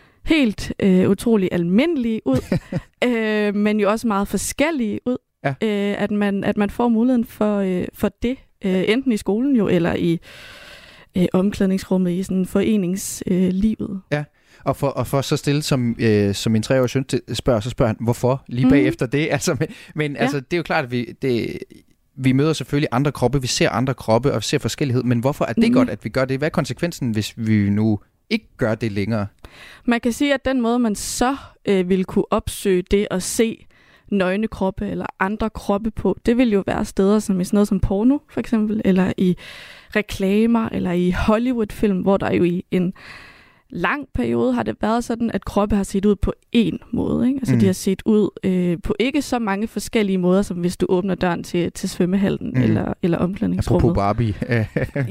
helt øh, utrolig almindelige ud, øh, men jo også meget forskellige ud, ja. øh, at, man, at man får muligheden for, øh, for det, øh, enten i skolen jo, eller i øh, omklædningsrummet i sådan foreningslivet. Øh, ja. Og for, og for så stille, som, øh, som min treårige søn spørger, så spørger han, hvorfor lige bagefter mm. det? Altså, men men ja. altså, det er jo klart, at vi, det, vi møder selvfølgelig andre kroppe, vi ser andre kroppe, og vi ser forskellighed, men hvorfor er det mm. godt, at vi gør det? Hvad er konsekvensen, hvis vi nu ikke gør det længere? Man kan sige, at den måde, man så øh, vil kunne opsøge det at se nøgne kroppe eller andre kroppe på, det vil jo være steder som i sådan noget som porno, for eksempel, eller i reklamer, eller i Hollywood-film, hvor der jo i en lang periode har det været sådan, at kroppe har set ud på én måde. Ikke? Altså mm. de har set ud øh, på ikke så mange forskellige måder, som hvis du åbner døren til, til svømmehallen mm. eller, eller omklædningsrummet. Apropos Barbie. ja,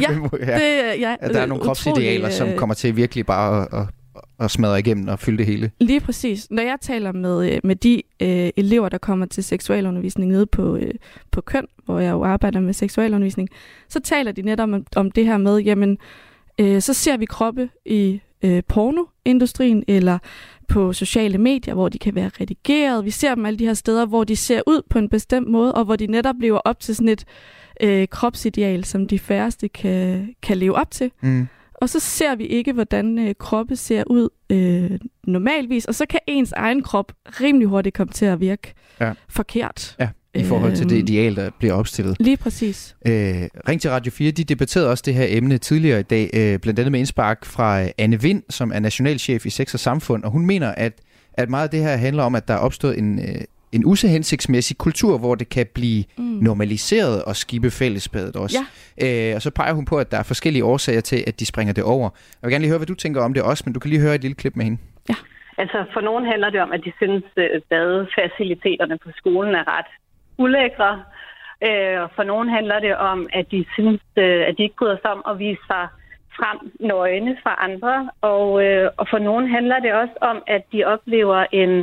det, ja, der er nogle kropsidealer, som kommer til virkelig bare at, at, at smadre igennem og fylde det hele. Lige præcis. Når jeg taler med, med de øh, elever, der kommer til seksualundervisning nede på, øh, på Køn, hvor jeg jo arbejder med seksualundervisning, så taler de netop om, om det her med, jamen, øh, så ser vi kroppe i Øh, pornoindustrien eller på sociale medier, hvor de kan være redigeret. Vi ser dem alle de her steder, hvor de ser ud på en bestemt måde, og hvor de netop lever op til sådan et øh, kropsideal, som de færreste kan, kan leve op til. Mm. Og så ser vi ikke, hvordan øh, kroppe ser ud øh, normalvis, og så kan ens egen krop rimelig hurtigt komme til at virke ja. forkert. Ja. I forhold til det ideal, der bliver opstillet. Lige præcis. Øh, Ring til Radio fire, de debatterede også det her emne tidligere i dag, øh, blandt andet med indspark fra Anne Vind, som er nationalchef i Sex og Samfund, og hun mener, at, at meget af det her handler om, at der er opstået en, øh, en uhensigtsmæssig kultur, hvor det kan blive mm. normaliseret og skibe fællesbadet også. Ja. Øh, og så peger hun på, at der er forskellige årsager til, at de springer det over. Jeg vil gerne lige høre, hvad du tænker om det også, men du kan lige høre et lille klip med hende. Ja. Altså for nogen handler det om, at de synes, at badefaciliteterne på skolen er ret ulækre. Øh, for nogen handler det om, at de synes, øh, at de ikke bryder sig om at vise sig frem nøgne for andre. Og, øh, og for nogen handler det også om, at de oplever en,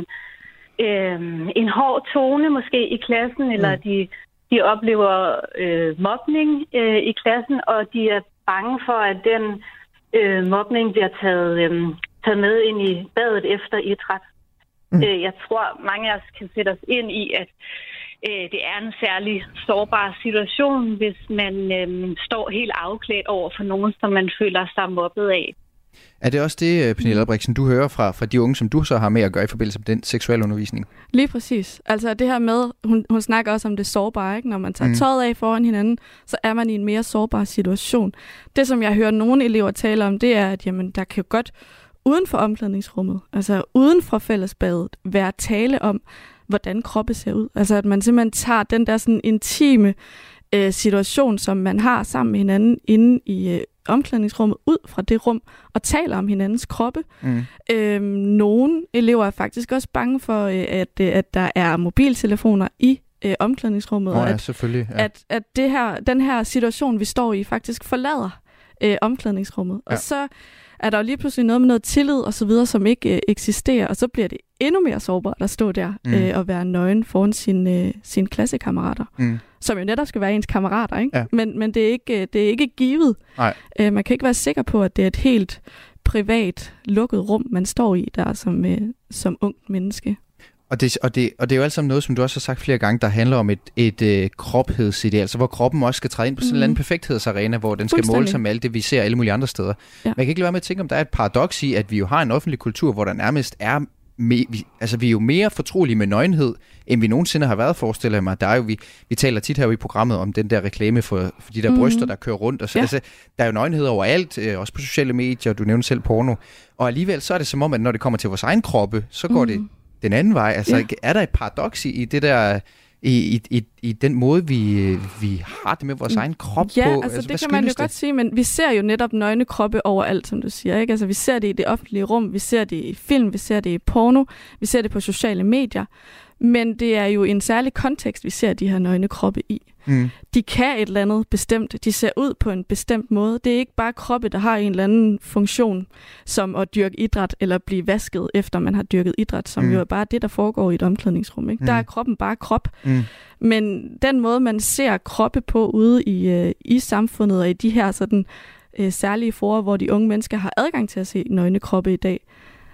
øh, en hård tone måske i klassen, mm. eller de, de oplever øh, mobning øh, i klassen, og de er bange for, at den øh, mobning bliver taget, øh, taget med ind i badet efter idræt. Mm. Øh, jeg tror, mange af os kan sætte os ind i, at det er en særlig sårbar situation, hvis man øhm, står helt afklædt over for nogen, som man føler sig mobbet af. Er det også det, Pernille Albrechtsen, du hører fra, fra de unge, som du så har med at gøre i forbindelse med den seksuelle undervisning? Lige præcis. Altså det her med, hun, hun snakker også om det sårbare, ikke? Når man tager mm. tøjet af foran hinanden, så er man i en mere sårbar situation. Det, som jeg hører nogle elever tale om, det er, at jamen, der kan jo godt uden for omklædningsrummet, altså uden for fællesbadet, være tale om, hvordan kroppe ser ud. Altså at man simpelthen tager den der sådan intime øh, situation, som man har sammen med hinanden inde i øh, omklædningsrummet, ud fra det rum, og taler om hinandens kroppe. Mm. Øhm, nogle elever er faktisk også bange for, øh, at, øh, at der er mobiltelefoner i øh, omklædningsrummet, oh, og ja, at, selvfølgelig, ja. at, at det her, den her situation, vi står i, faktisk forlader øh, omklædningsrummet. Ja. Og så er der jo lige pludselig noget med noget tillid og så videre, som ikke øh, eksisterer, og så bliver det endnu mere sårbart at stå der mm. øh, og være nøgen foran sine, øh, sine klassekammerater, mm. som jo netop skal være ens kammerater, ikke? Ja. Men, men det, er ikke, det er ikke givet. Øh, man kan ikke være sikker på, at det er et helt privat, lukket rum, man står i der som, øh, som ungt menneske. Og det, og, det, og det er jo alt sammen noget, som du også har sagt flere gange, der handler om et, et øh, krophedsideal, altså hvor kroppen også skal træde ind på sådan en mm. eller anden perfekthedsarena, hvor den skal måle sig med alt det, vi ser alle mulige andre steder. Ja. Men jeg kan ikke lade være med at tænke, om der er et paradoks i, at vi jo har en offentlig kultur, hvor der nærmest er, me, vi, altså vi er jo mere fortrolige med nøgenhed, end vi nogensinde har været, forestiller jeg mig. Der er jo, vi, vi taler tit her i programmet om den der reklame for, for de der mm. bryster, der kører rundt. Og så, ja. altså, der er jo nøgenhed overalt, øh, også på sociale medier, du nævnte selv porno. Og alligevel så er det som om, at når det kommer til vores egen kroppe, så går mm. det den anden vej. Altså, ja. Er der et paradoks i, i det der, i, i, i, i den måde, vi, vi har det med vores egen krop ja, på? Ja, altså, altså det kan man jo det? godt sige, men vi ser jo netop nøgne kroppe overalt, som du siger, ikke? Altså, vi ser det i det offentlige rum, vi ser det i film, vi ser det i porno, vi ser det på sociale medier, men det er jo en særlig kontekst, vi ser de her nøgne kroppe i. Mm. De kan et eller andet bestemt. De ser ud på en bestemt måde. Det er ikke bare kroppe, der har en eller anden funktion, som at dyrke idræt eller blive vasket, efter man har dyrket idræt, som mm. jo er bare det, der foregår i et omklædningsrum. Ikke? Mm. Der er kroppen bare krop. Mm. Men den måde, man ser kroppe på ude i, øh, i samfundet og i de her sådan, øh, særlige forer, hvor de unge mennesker har adgang til at se nøgne kroppe i dag,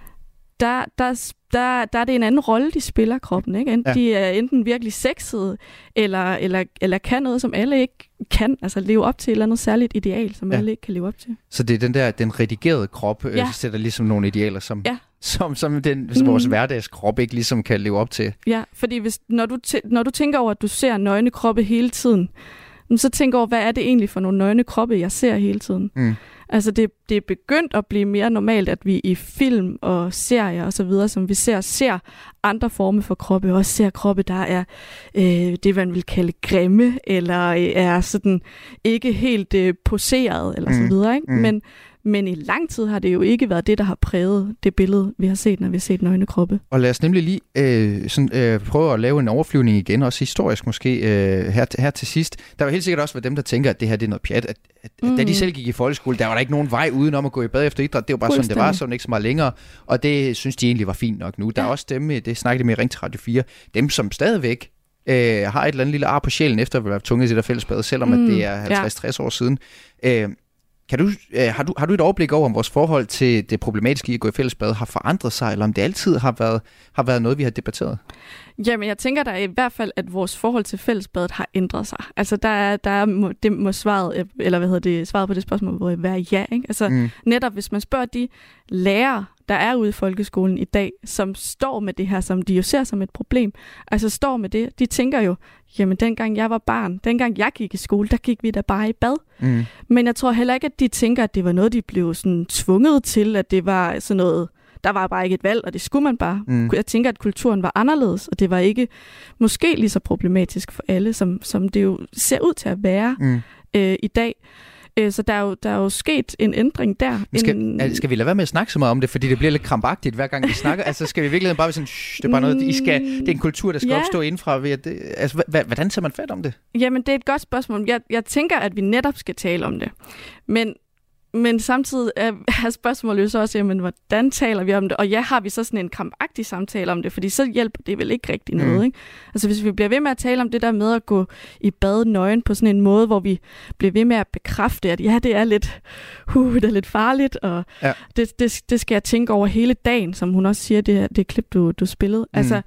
der, der, der, der er det en anden rolle, de spiller kroppen. Ikke? Enten, ja. De er enten virkelig sexede, eller, eller, eller kan noget, som alle ikke kan. Altså leve op til et eller andet særligt ideal, som ja. alle ikke kan leve op til. Så det er den der, den redigerede krop, ja. øh, sætter ligesom nogle idealer, som, ja. som, som, den, som mm. vores hverdagskrop ikke ligesom kan leve op til. Ja, fordi hvis, når, du t- når du tænker over, at du ser nøgne kroppe hele tiden, så tænker over, hvad er det egentlig for nogle nøgne kroppe, jeg ser hele tiden? Mm. Altså det, det er begyndt at blive mere normalt, at vi i film og serier og så videre, som vi ser, ser andre former for kroppe, også ser kroppe, der er øh, det, man vil kalde grimme, eller øh, er sådan ikke helt øh, poseret, eller mm. så videre, ikke? Mm. Men, men i lang tid har det jo ikke været det, der har præget det billede, vi har set, når vi har set nøgne kroppe. Og lad os nemlig lige øh, sådan, øh, prøve at lave en overflyvning igen, også historisk måske, øh, her, her til sidst. Der var helt sikkert også været dem, der tænker, at det her det er noget pjat. At, at, mm. Da de selv gik i folkeskole, der var der ikke nogen vej udenom at gå i bad efter idræt. Det var bare sådan, det var sådan ikke så meget længere. Og det synes de egentlig var fint nok nu. Der er også dem, det snakkede med i Ring til Radio fire, dem som stadigvæk øh, har et eller andet lille ar på sjælen efter at være tvunget til det fællesbad, selvom mm. at det er halvtreds til tres ja. år siden. Øh, Kan du, øh, har, du, har du et overblik over, om vores forhold til det problematiske i at gå i fællesbad har forandret sig, eller om det altid har været, har været noget, vi har debatteret? Jamen, jeg tænker da i hvert fald, at vores forhold til fællesbadet har ændret sig. Altså, der er, der er det må svaret, eller hvad hedder det, svaret på det spørgsmål, hvor være ja, ikke? Altså, mm. netop hvis man spørger de lærere, der er ude i folkeskolen i dag, som står med det her, som de jo ser som et problem, altså står med det, de tænker jo, jamen dengang jeg var barn, dengang jeg gik i skole, der gik vi da bare i bad. Mm. Men jeg tror heller ikke, at de tænker, at det var noget, de blev sådan tvunget til, at det var sådan noget, der var bare ikke et valg, og det skulle man bare. Mm. Jeg tænker, at kulturen var anderledes, og det var ikke måske lige så problematisk for alle, som, som det jo ser ud til at være mm. øh, i dag. Så der er, jo, der er jo sket en ændring der. Skal, en... skal vi lade være med at snakke så meget om det, fordi det bliver lidt krampagtigt, hver gang vi snakker? Altså skal vi virkelig bare sådan, det er bare noget, I skal, det er en kultur, der skal ja. opstå indenfra. Ved at det, altså, h- hvordan tager man fat om det? Jamen, det er et godt spørgsmål. Jeg, jeg tænker, at vi netop skal tale om det. Men, men samtidig er, er spørgsmålet jo så også, jamen, hvordan taler vi om det? Og ja, har vi så sådan en krampagtig samtale om det? Fordi så hjælper det vel ikke rigtig noget, mm. ikke? Altså hvis vi bliver ved med at tale om det der med at gå i bad nøgen på sådan en måde, hvor vi bliver ved med at bekræfte, at ja, det er lidt, uh, det er lidt farligt, og ja. det, det, det skal jeg tænke over hele dagen, som hun også siger, det, det klip, du, du spillede. Mm. Altså,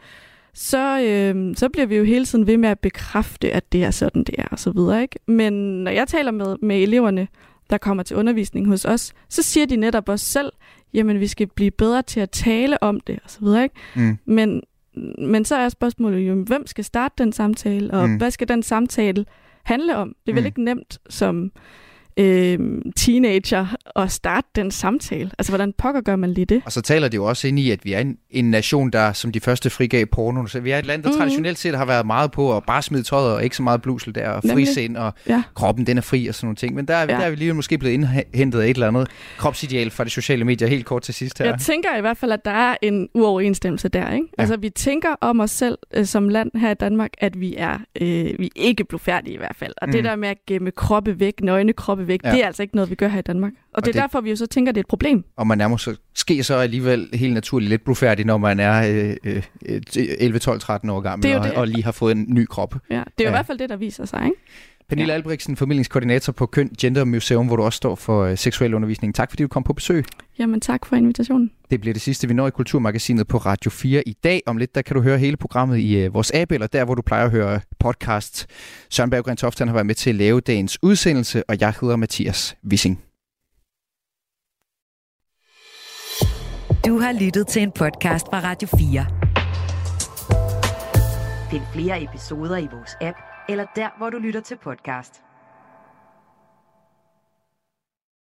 så, øh, så bliver vi jo hele tiden ved med at bekræfte, at det er sådan, det er, og så videre, ikke? Men når jeg taler med, med eleverne, der kommer til undervisning hos os, så siger de netop også selv, jamen vi skal blive bedre til at tale om det, og så videre, ikke? Mm. Men, men så er spørgsmålet jo, hvem skal starte den samtale, og mm. hvad skal den samtale handle om? Det er vel mm. ikke nemt som øh, teenager at starte den samtale. Altså, hvordan pokker gør man lige det? Og så taler det jo også ind i, at vi er en, en nation, der som de første frigav porno. Så vi er et land, der mm-hmm. traditionelt set har været meget på at bare smide tøjet, og ikke så meget blusel der, og frisind, og ja. kroppen den er fri, og sådan nogle ting. Men der, ja. der er vi lige måske blevet indhentet af et eller andet kropsideal fra de sociale medier, helt kort til sidst her. Jeg tænker i hvert fald, at der er en uoverensstemmelse der, ikke? Ja. Altså, vi tænker om os selv øh, som land her i Danmark, at vi er øh, vi er ikke blufærdige i hvert fald. Og mm. det der med at gemme kroppe væk, nøgne kroppe væk, ja. det er altså ikke noget, vi gør her i Danmark. Og, og det er det, derfor, vi jo så tænker, at det er et problem. Og man er måske så alligevel helt naturligt lidt blufærdig, når man er øh, øh, elleve, tolv, tretten år gammel og, og lige har fået en ny krop. Ja, det er jo ja. i hvert fald det, der viser sig, ikke? Pernille ja. Albrechtsen, formidlingskoordinator på Køn Gender Museum, hvor du også står for øh, seksuel undervisning. Tak fordi du kom på besøg. Jamen tak for invitationen. Det bliver det sidste, vi når i Kulturmagasinet på Radio fire i dag. Om lidt, der kan du høre hele programmet i øh, vores app, eller der, hvor du plejer at høre podcast. Søren Berggren Toft har været med til at lave dagens udsendelse, og jeg hedder Mathias Wissing. Du har lyttet til en podcast fra Radio fire. Find flere episoder i vores app, eller der, hvor du lytter til podcast.